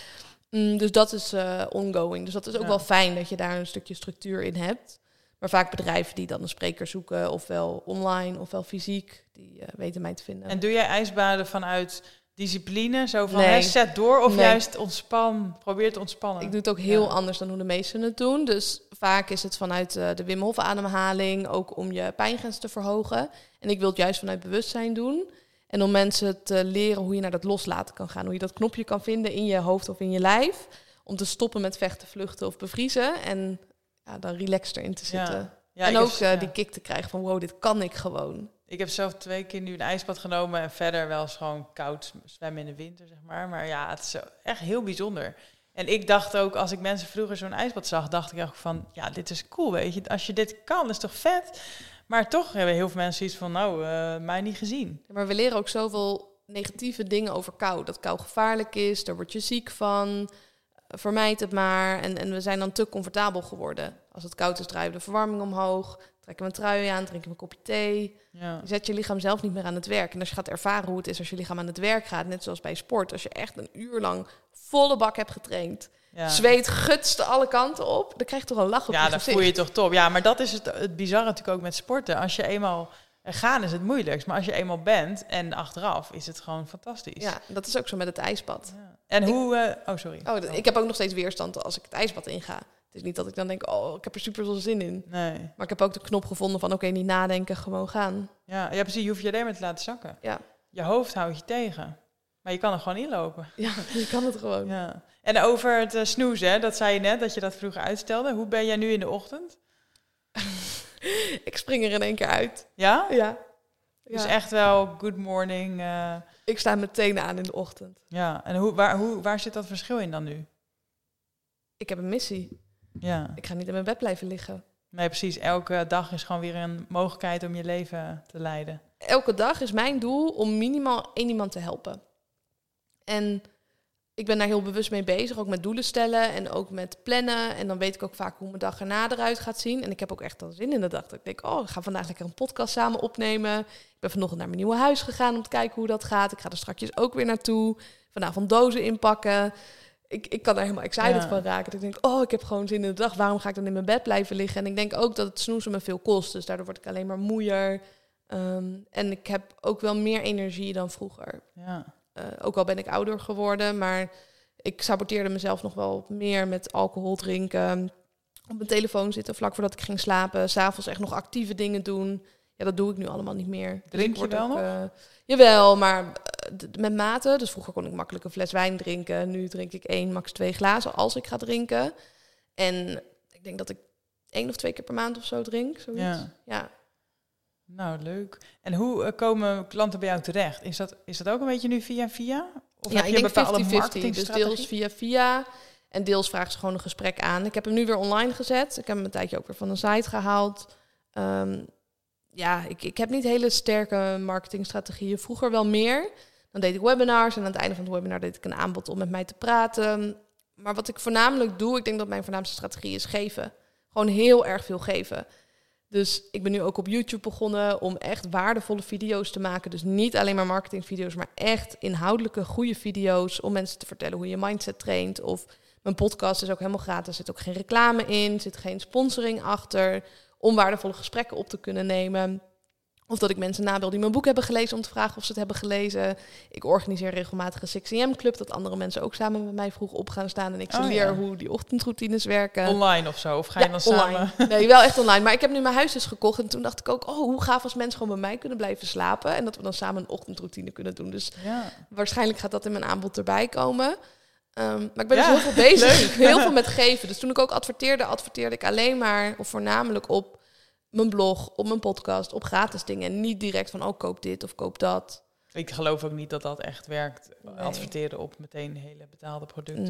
Dus dat is ongoing. Dus dat is ook wel fijn dat je daar een stukje structuur in hebt. Maar vaak bedrijven die dan een spreker zoeken, ofwel online ofwel fysiek, die weten mij te vinden. En doe jij ijsbaden vanuit discipline? Zo van zet door of juist probeer te ontspannen? Ik doe het ook heel anders dan hoe de meesten het doen. Dus vaak is het vanuit de Wim Hof ademhaling, ook om je pijngrens te verhogen. En ik wil het juist vanuit bewustzijn doen. En om mensen te leren hoe je naar dat loslaten kan gaan. Hoe je dat knopje kan vinden in je hoofd of in je lijf. Om te stoppen met vechten, vluchten of bevriezen. En dan relaxed erin te zitten. Ja, en ook die kick te krijgen van wow, dit kan ik gewoon. Ik heb zelf 2 keer nu een ijsbad genomen. En verder wel eens gewoon koud zwemmen in de winter, zeg maar. Maar ja, het is echt heel bijzonder. En ik dacht ook, als ik mensen vroeger zo'n ijsbad zag, dacht ik ook van, dit is cool, weet je. Als je dit kan, is toch vet? Maar toch hebben heel veel mensen iets van, mij niet gezien. Ja, maar we leren ook zoveel negatieve dingen over kou. Dat kou gevaarlijk is, daar word je ziek van. Vermijd het maar. En we zijn dan te comfortabel geworden. Als het koud is, draaien we de verwarming omhoog. Trekken we een trui aan, drinken we een kopje thee. Ja. Je zet je lichaam zelf niet meer aan het werk. En als je gaat ervaren hoe het is als je lichaam aan het werk gaat, net zoals bij sport. Als je echt een uur lang volle bak hebt getraind. Ja. Zweet gutste alle kanten op. Dan krijg je toch een lach op je gezicht. Ja, dan voel je toch top. Ja, maar dat is het bizarre natuurlijk ook met sporten. Als je eenmaal gaan is het moeilijkst. Maar als je eenmaal bent en achteraf is het gewoon fantastisch. Ja, dat is ook zo met het ijsbad. Ja. En sorry. Ik heb ook nog steeds weerstand als ik het ijsbad inga. Het is niet dat ik dan denk, ik heb er super veel zin in. Nee. Maar ik heb ook de knop gevonden van, niet nadenken, gewoon gaan. Ja, precies. Je hoeft je alleen maar te laten zakken. Ja. Je hoofd houdt je tegen. Maar je kan er gewoon inlopen. Ja, je kan het gewoon. Ja. En over het snoezen, dat zei je net, dat je dat vroeger uitstelde. Hoe ben jij nu in de ochtend? Ik spring er in 1 keer uit. Ja? Ja. Dus echt wel good morning. Ik sta meteen aan in de ochtend. Ja, en waar zit dat verschil in dan nu? Ik heb een missie. Ja. Ik ga niet in mijn bed blijven liggen. Nee, precies. Elke dag is gewoon weer een mogelijkheid om je leven te leiden. Elke dag is mijn doel om minimaal 1 iemand te helpen. En ik ben daar heel bewust mee bezig, ook met doelen stellen en ook met plannen. En dan weet ik ook vaak hoe mijn dag erna eruit gaat zien. En ik heb ook echt al zin in de dag. Dat ik denk, ik ga vandaag lekker een podcast samen opnemen. Ik ben vanochtend naar mijn nieuwe huis gegaan om te kijken hoe dat gaat. Ik ga er straks ook weer naartoe. Vanavond dozen inpakken. ik kan daar helemaal excited van raken. Dat ik denk, ik heb gewoon zin in de dag. Waarom ga ik dan in mijn bed blijven liggen? En ik denk ook dat het snoezen me veel kost. Dus daardoor word ik alleen maar moeier. En ik heb ook wel meer energie dan vroeger. Ja. Ook al ben ik ouder geworden, maar ik saboteerde mezelf nog wel meer met alcohol drinken. Op mijn telefoon zitten vlak voordat ik ging slapen. 's Avonds echt nog actieve dingen doen. Ja, dat doe ik nu allemaal niet meer. Drink je wel nog? Jawel, maar met mate. Dus vroeger kon ik makkelijk een fles wijn drinken. Nu drink ik 1, max 2 glazen als ik ga drinken. En ik denk dat ik 1 of 2 keer per maand of zo drink. Zoiets. Ja. Nou, leuk. En hoe komen klanten bij jou terecht? Is dat ook een beetje nu via? Of heb Ik je een denk bepaalde 50-50. Dus deels via en deels vragen ze gewoon een gesprek aan. Ik heb hem nu weer online gezet. Ik heb hem een tijdje ook weer van een site gehaald. Ik heb niet hele sterke marketingstrategieën. Vroeger wel meer. Dan deed ik webinars en aan het einde van het webinar deed ik een aanbod om met mij te praten. Maar wat ik voornamelijk doe, ik denk dat mijn voornaamste strategie is geven. Gewoon heel erg veel geven. Dus ik ben nu ook op YouTube begonnen om echt waardevolle video's te maken. Dus niet alleen maar marketingvideo's, maar echt inhoudelijke, goede video's om mensen te vertellen hoe je mindset traint. Of mijn podcast is ook helemaal gratis. Er zit ook geen reclame in, er zit geen sponsoring achter. Om waardevolle gesprekken op te kunnen nemen. Of dat ik mensen nabel die mijn boek hebben gelezen om te vragen of ze het hebben gelezen. Ik organiseer regelmatig een 6 AM club, dat andere mensen ook samen met mij vroeg op gaan staan. En ik ze leer hoe die ochtendroutines werken. Online of zo? Of ga je dan online. samen? Nee, wel echt online. Maar ik heb nu mijn huis dus gekocht. En toen dacht ik ook, hoe gaaf als mensen gewoon bij mij kunnen blijven slapen. En dat we dan samen een ochtendroutine kunnen doen. Dus waarschijnlijk gaat dat in mijn aanbod erbij komen. Maar ik ben dus heel veel bezig. Heel veel met geven. Dus toen ik ook adverteerde ik alleen maar, of voornamelijk op mijn blog, op mijn podcast, op gratis dingen. En niet direct van, koop dit of koop dat. Ik geloof ook niet dat dat echt werkt. Adverteren op meteen hele betaalde producten.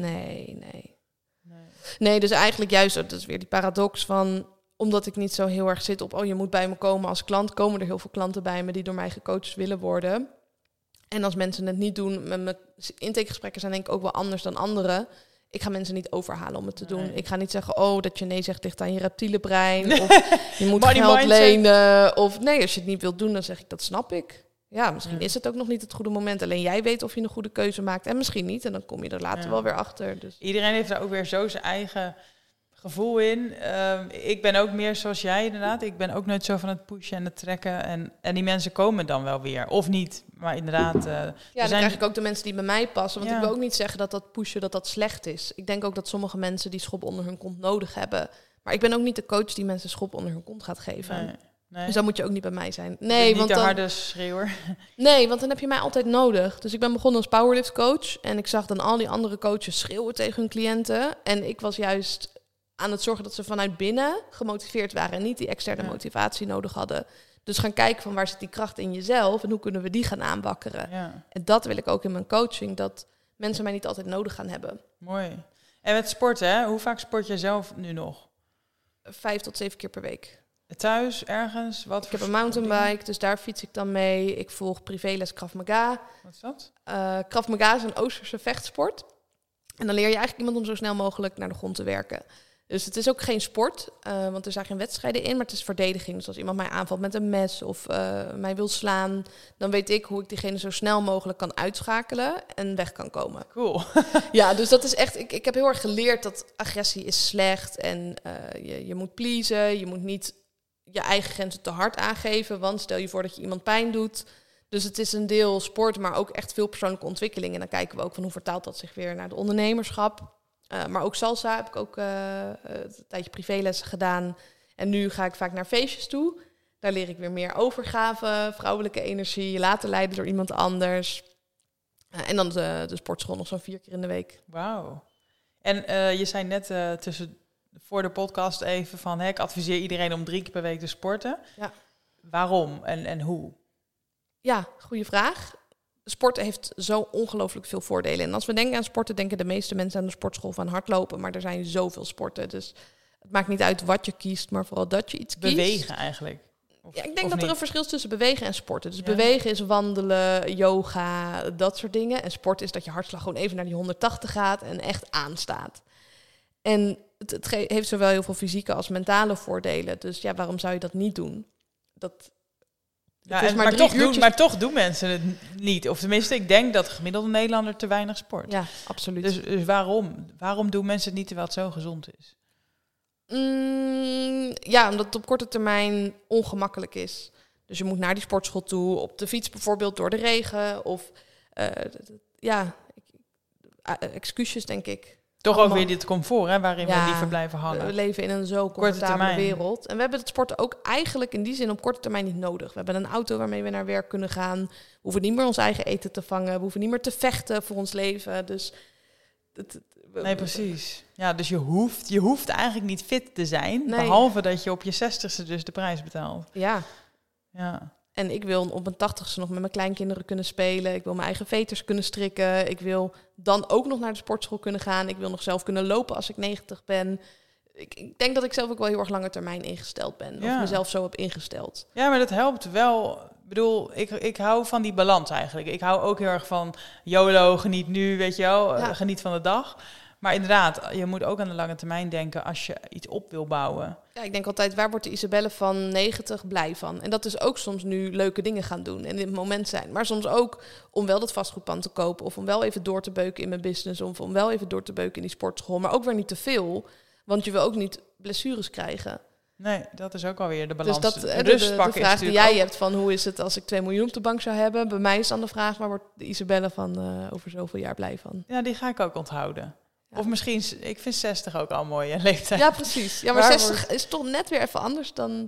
Nee, dus eigenlijk juist, dat is weer die paradox van, omdat ik niet zo heel erg zit op, je moet bij me komen als klant, komen er heel veel klanten bij me die door mij gecoacht willen worden. En als mensen het niet doen, mijn intakegesprekken zijn denk ik ook wel anders dan anderen. Ik ga mensen niet overhalen om het te doen. Ik ga niet zeggen, dat je nee zegt ligt aan je reptiele brein. Of je moet geld lenen. Of nee, als je het niet wilt doen, dan zeg ik, dat snap ik. Ja, misschien is het ook nog niet het goede moment. Alleen jij weet of je een goede keuze maakt. En misschien niet. En dan kom je er later wel weer achter. Dus. Iedereen heeft daar ook weer zo zijn eigen gevoel in. Ik ben ook meer zoals jij inderdaad. Ik ben ook nooit zo van het pushen en het trekken. En die mensen komen dan wel weer. Of niet. Maar inderdaad... dan krijg ik ook de mensen die bij mij passen. Want ik wil ook niet zeggen dat pushen dat slecht is. Ik denk ook dat sommige mensen die schop onder hun kont nodig hebben. Maar ik ben ook niet de coach die mensen schop onder hun kont gaat geven. Nee. Dus dan moet je ook niet bij mij zijn. Nee, niet want de harde schreeuwer. Nee, want dan heb je mij altijd nodig. Dus ik ben begonnen als powerlift coach. En ik zag dan al die andere coaches schreeuwen tegen hun cliënten. En ik was juist aan het zorgen dat ze vanuit binnen gemotiveerd waren. En niet die externe motivatie nodig hadden. Dus gaan kijken van waar zit die kracht in jezelf. En hoe kunnen we die gaan aanwakkeren. Ja. En dat wil ik ook in mijn coaching. Dat mensen mij niet altijd nodig gaan hebben. Mooi. En met sporten, hè? Hoe vaak sport je zelf nu nog? 5 tot 7 keer per week. Thuis, ergens? Ik heb een mountainbike, dus daar fiets ik dan mee. Ik volg privéles Krav Maga. Wat is dat? Krav Maga is een Oosterse vechtsport. En dan leer je eigenlijk iemand om zo snel mogelijk naar de grond te werken. Dus het is ook geen sport, want er zijn geen wedstrijden in, maar het is verdediging. Dus als iemand mij aanvalt met een mes of mij wil slaan, dan weet ik hoe ik diegene zo snel mogelijk kan uitschakelen en weg kan komen. Cool. Ja, dus dat is echt, ik heb heel erg geleerd dat agressie is slecht en je moet pleasen, je moet niet je eigen grenzen te hard aangeven, want stel je voor dat je iemand pijn doet. Dus het is een deel sport, maar ook echt veel persoonlijke ontwikkeling. En dan kijken we ook van hoe vertaalt dat zich weer naar de ondernemerschap. Maar ook salsa heb ik ook een tijdje privélessen gedaan. En nu ga ik vaak naar feestjes toe. Daar leer ik weer meer overgave, vrouwelijke energie, je laten leiden door iemand anders. En dan de sportschool nog zo'n 4 keer in de week. Wauw. En je zei net voor de podcast even van, ik adviseer iedereen om 3 keer per week te sporten. Ja. Waarom en hoe? Ja, goede vraag. Sporten heeft zo ongelooflijk veel voordelen. En als we denken aan sporten, denken de meeste mensen aan de sportschool van hardlopen. Maar er zijn zoveel sporten. Dus het maakt niet uit wat je kiest, maar vooral dat je iets kiest. Bewegen eigenlijk. Ja, ik denk dat er een verschil is tussen bewegen en sporten. Dus bewegen is wandelen, yoga, dat soort dingen. En sport is dat je hartslag gewoon even naar die 180 gaat en echt aanstaat. En het heeft zowel heel veel fysieke als mentale voordelen. Dus ja, waarom zou je dat niet doen? Ja, Het is maar maar, 3 uurtjes. maar toch doen mensen het niet. Of tenminste, ik denk dat de gemiddelde Nederlander te weinig sport. Ja, absoluut. Dus waarom doen mensen het niet terwijl het zo gezond is? Ja, omdat het op korte termijn ongemakkelijk is. Dus je moet naar die sportschool toe, op de fiets bijvoorbeeld door de regen. Of excuses, denk ik. Toch Allemaal. ook weer dit comfort, hè, waarin we liever blijven hangen. We leven in een zo comfortabele wereld. En we hebben het sporten ook eigenlijk in die zin op korte termijn niet nodig. We hebben een auto waarmee we naar werk kunnen gaan. We hoeven niet meer ons eigen eten te vangen. We hoeven niet meer te vechten voor ons leven. Dus nee, precies. Ja, dus je hoeft eigenlijk niet fit te zijn. Nee. Behalve dat je op je 60ste dus de prijs betaalt. Ja. Ja. En ik wil op mijn 80ste nog met mijn kleinkinderen kunnen spelen. Ik wil mijn eigen veters kunnen strikken. Ik wil dan ook nog naar de sportschool kunnen gaan. Ik wil nog zelf kunnen lopen als ik 90 ben. Ik denk dat ik zelf ook wel heel erg lange termijn ingesteld ben. Of mezelf zo heb ingesteld. Ja, maar dat helpt wel. Ik bedoel, ik hou van die balans eigenlijk. Ik hou ook heel erg van YOLO, geniet nu, weet je wel. Geniet van de dag. Maar inderdaad, je moet ook aan de lange termijn denken als je iets op wil bouwen. Ja, ik denk altijd, waar wordt de Isabelle van 90 blij van? En dat is ook soms nu leuke dingen gaan doen en in het moment zijn. Maar soms ook om wel dat vastgoedpand te kopen of om wel even door te beuken in mijn business of om wel even door te beuken in die sportschool. Maar ook weer niet te veel, want je wil ook niet blessures krijgen. Nee, dat is ook alweer de balans. Dus dat, de vraag die jij hebt van hoe is het als ik 2 miljoen op de bank zou hebben? Bij mij is dan de vraag, waar wordt de Isabelle van over zoveel jaar blij van? Ja, die ga ik ook onthouden. Ja. Of misschien, ik vind 60 ook al een mooie leeftijd. Ja, precies. Ja, maar 60 is toch net weer even anders dan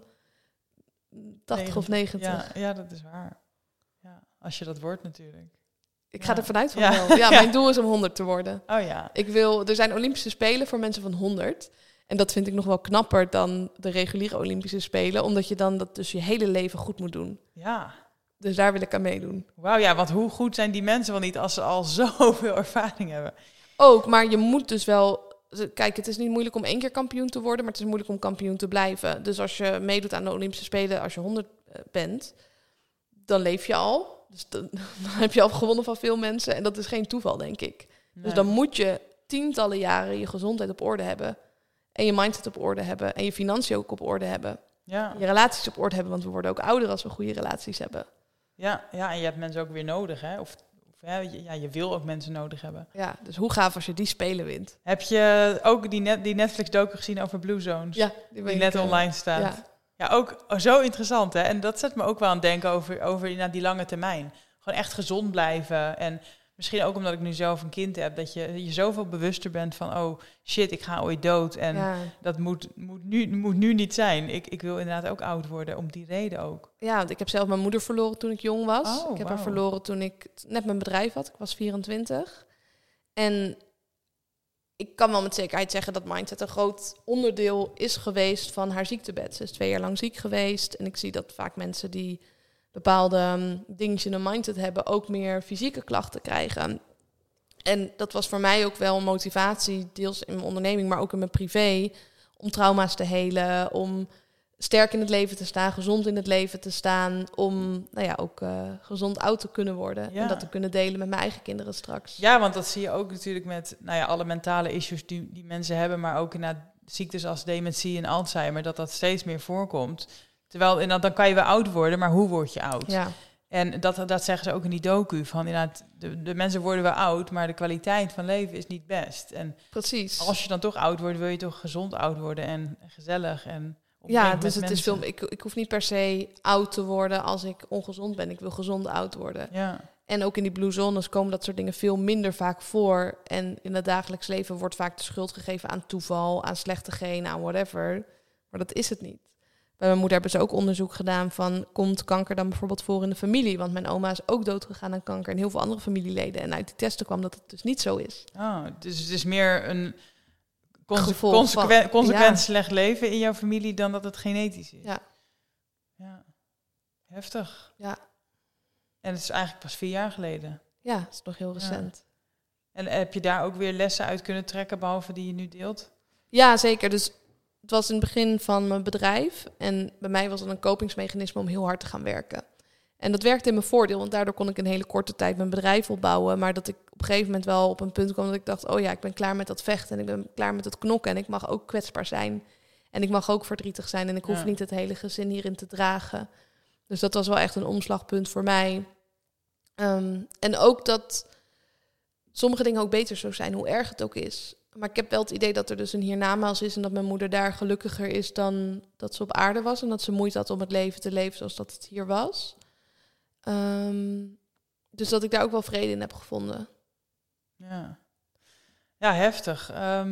80 of 90. Ja, dat is waar. Ja, als je dat wordt natuurlijk. Ik ga er vanuit van wel. Ja, mijn doel is om 100 te worden. Oh ja. Er zijn Olympische Spelen voor mensen van 100. En dat vind ik nog wel knapper dan de reguliere Olympische Spelen. Omdat je dan dat dus je hele leven goed moet doen. Ja. Dus daar wil ik aan meedoen. Wauw, ja, want hoe goed zijn die mensen wel niet als ze al zoveel ervaring hebben? Ook, maar je moet dus wel... Kijk, het is niet moeilijk om 1 keer kampioen te worden, maar het is moeilijk om kampioen te blijven. Dus als je meedoet aan de Olympische Spelen, als je 100 bent, dan leef je al. Dus dan heb je al gewonnen van veel mensen. En dat is geen toeval, denk ik. Nee. Dus dan moet je tientallen jaren je gezondheid op orde hebben. En je mindset op orde hebben. En je financiën ook op orde hebben. Ja. Je relaties op orde hebben, want we worden ook ouder als we goede relaties hebben. Ja, en je hebt mensen ook weer nodig, hè? Je wil ook mensen nodig hebben. Ja, dus hoe gaaf als je die Spelen wint. Heb je ook die Netflix-docu gezien over Blue Zones? Ja, die net online staat. Ja, ook zo interessant, hè? En dat zet me ook wel aan het denken over die lange termijn. Gewoon echt gezond blijven. En misschien ook omdat ik nu zelf een kind heb, dat je zoveel bewuster bent van, oh shit, ik ga ooit dood. En dat moet nu niet zijn. Ik wil inderdaad ook oud worden, om die reden ook. Ja, want ik heb zelf mijn moeder verloren toen ik jong was. Ik heb haar verloren toen ik net mijn bedrijf had. Ik was 24. En ik kan wel met zekerheid zeggen dat mindset een groot onderdeel is geweest van haar ziektebed. Ze is 2 jaar lang ziek geweest. En ik zie dat vaak mensen die bepaalde dingetjes in een mindset hebben, ook meer fysieke klachten krijgen. En dat was voor mij ook wel een motivatie, deels in mijn onderneming, maar ook in mijn privé, om trauma's te helen, om sterk in het leven te staan, gezond in het leven te staan, om ook gezond oud te kunnen worden. Ja. En dat te kunnen delen met mijn eigen kinderen straks. Ja, want dat zie je ook natuurlijk met alle mentale issues die mensen hebben, maar ook inderdaad ziektes als dementie en Alzheimer, dat steeds meer voorkomt. Terwijl dan kan je wel oud worden, maar hoe word je oud? Ja. En dat zeggen ze ook in die docu. Van inderdaad, de mensen worden wel oud, maar de kwaliteit van leven is niet best. En precies. Als je dan toch oud wordt, wil je toch gezond oud worden en gezellig. En ja, dus het is veel. Ik hoef niet per se oud te worden als ik ongezond ben. Ik wil gezond oud worden. Ja. En ook in die blue zones komen dat soort dingen veel minder vaak voor. En in het dagelijks leven wordt vaak de schuld gegeven aan toeval, aan slechte genen, aan whatever. Maar dat is het niet. Bij mijn moeder hebben ze ook onderzoek gedaan van, komt kanker dan bijvoorbeeld voor in de familie? Want mijn oma is ook doodgegaan aan kanker en heel veel andere familieleden. En uit die testen kwam dat het dus niet zo is. Oh, dus het is meer een consequent slecht leven in jouw familie dan dat het genetisch is. Ja. Heftig. Ja. En het is eigenlijk pas 4 jaar geleden. Ja, het is nog heel recent. En heb je daar ook weer lessen uit kunnen trekken, behalve die je nu deelt? Ja, zeker. Dus het was in het begin van mijn bedrijf. En bij mij was het een kopingsmechanisme om heel hard te gaan werken. En dat werkte in mijn voordeel, want daardoor kon ik in een hele korte tijd mijn bedrijf opbouwen. Maar dat ik op een gegeven moment wel op een punt kwam dat ik dacht, oh ja, ik ben klaar met dat vechten en ik ben klaar met het knokken. En ik mag ook kwetsbaar zijn. En ik mag ook verdrietig zijn en ik hoef niet het hele gezin hierin te dragen. Dus dat was wel echt een omslagpunt voor mij. En ook dat sommige dingen ook beter zo zijn, hoe erg het ook is. Maar ik heb wel het idee dat er dus een hiernamaals is en dat mijn moeder daar gelukkiger is dan dat ze op aarde was. En dat ze moeite had om het leven te leven zoals dat het hier was. Dus dat ik daar ook wel vrede in heb gevonden. Ja, heftig.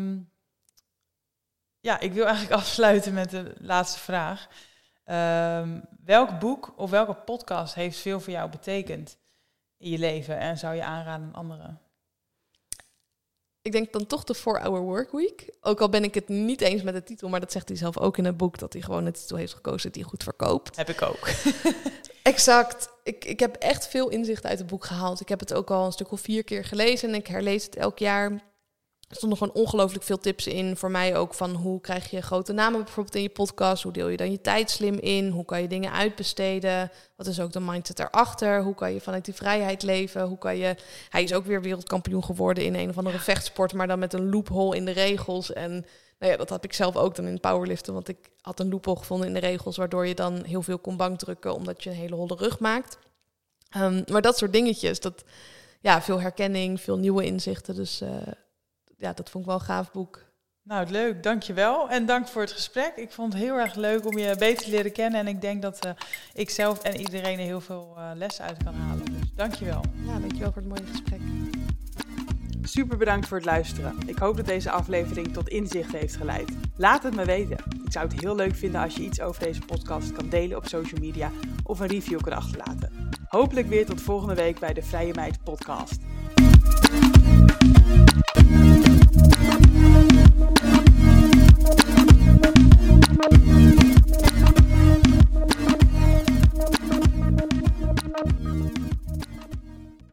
Ik wil eigenlijk afsluiten met de laatste vraag. Welk boek of welke podcast heeft veel voor jou betekend in je leven en zou je aanraden aan anderen? Ik denk dan toch de 4-Hour Workweek. Ook al ben ik het niet eens met de titel, maar dat zegt hij zelf ook in het boek, dat hij gewoon het titel heeft gekozen die goed verkoopt. Heb ik ook. Exact. Ik heb echt veel inzicht uit het boek gehaald. Ik heb het ook al een stuk of 4 keer gelezen en ik herlees het elk jaar. Er stonden gewoon ongelooflijk veel tips in. Voor mij ook van hoe krijg je grote namen bijvoorbeeld in je podcast? Hoe deel je dan je tijd slim in? Hoe kan je dingen uitbesteden? Wat is ook de mindset erachter? Hoe kan je vanuit die vrijheid leven? Hoe kan je... Hij is ook weer wereldkampioen geworden in een of andere vechtsport, maar dan met een loophole in de regels. En nou ja, dat had ik zelf ook dan in powerliften, want ik had een loophole gevonden in de regels, waardoor je dan heel veel kon bankdrukken, omdat je een hele holle rug maakt. Maar dat soort dingetjes, veel herkenning, veel nieuwe inzichten. Dus dat vond ik wel een gaaf boek. Nou, leuk. Dankjewel. En dank voor het gesprek. Ik vond het heel erg leuk om je beter te leren kennen. En ik denk dat ik zelf en iedereen er heel veel lessen uit kan halen. Dus dankjewel. Ja, dankjewel voor het mooie gesprek. Super bedankt voor het luisteren. Ik hoop dat deze aflevering tot inzichten heeft geleid. Laat het me weten. Ik zou het heel leuk vinden als je iets over deze podcast kan delen op social media of een review kan achterlaten. Hopelijk weer tot volgende week bij de Vrije Meid podcast.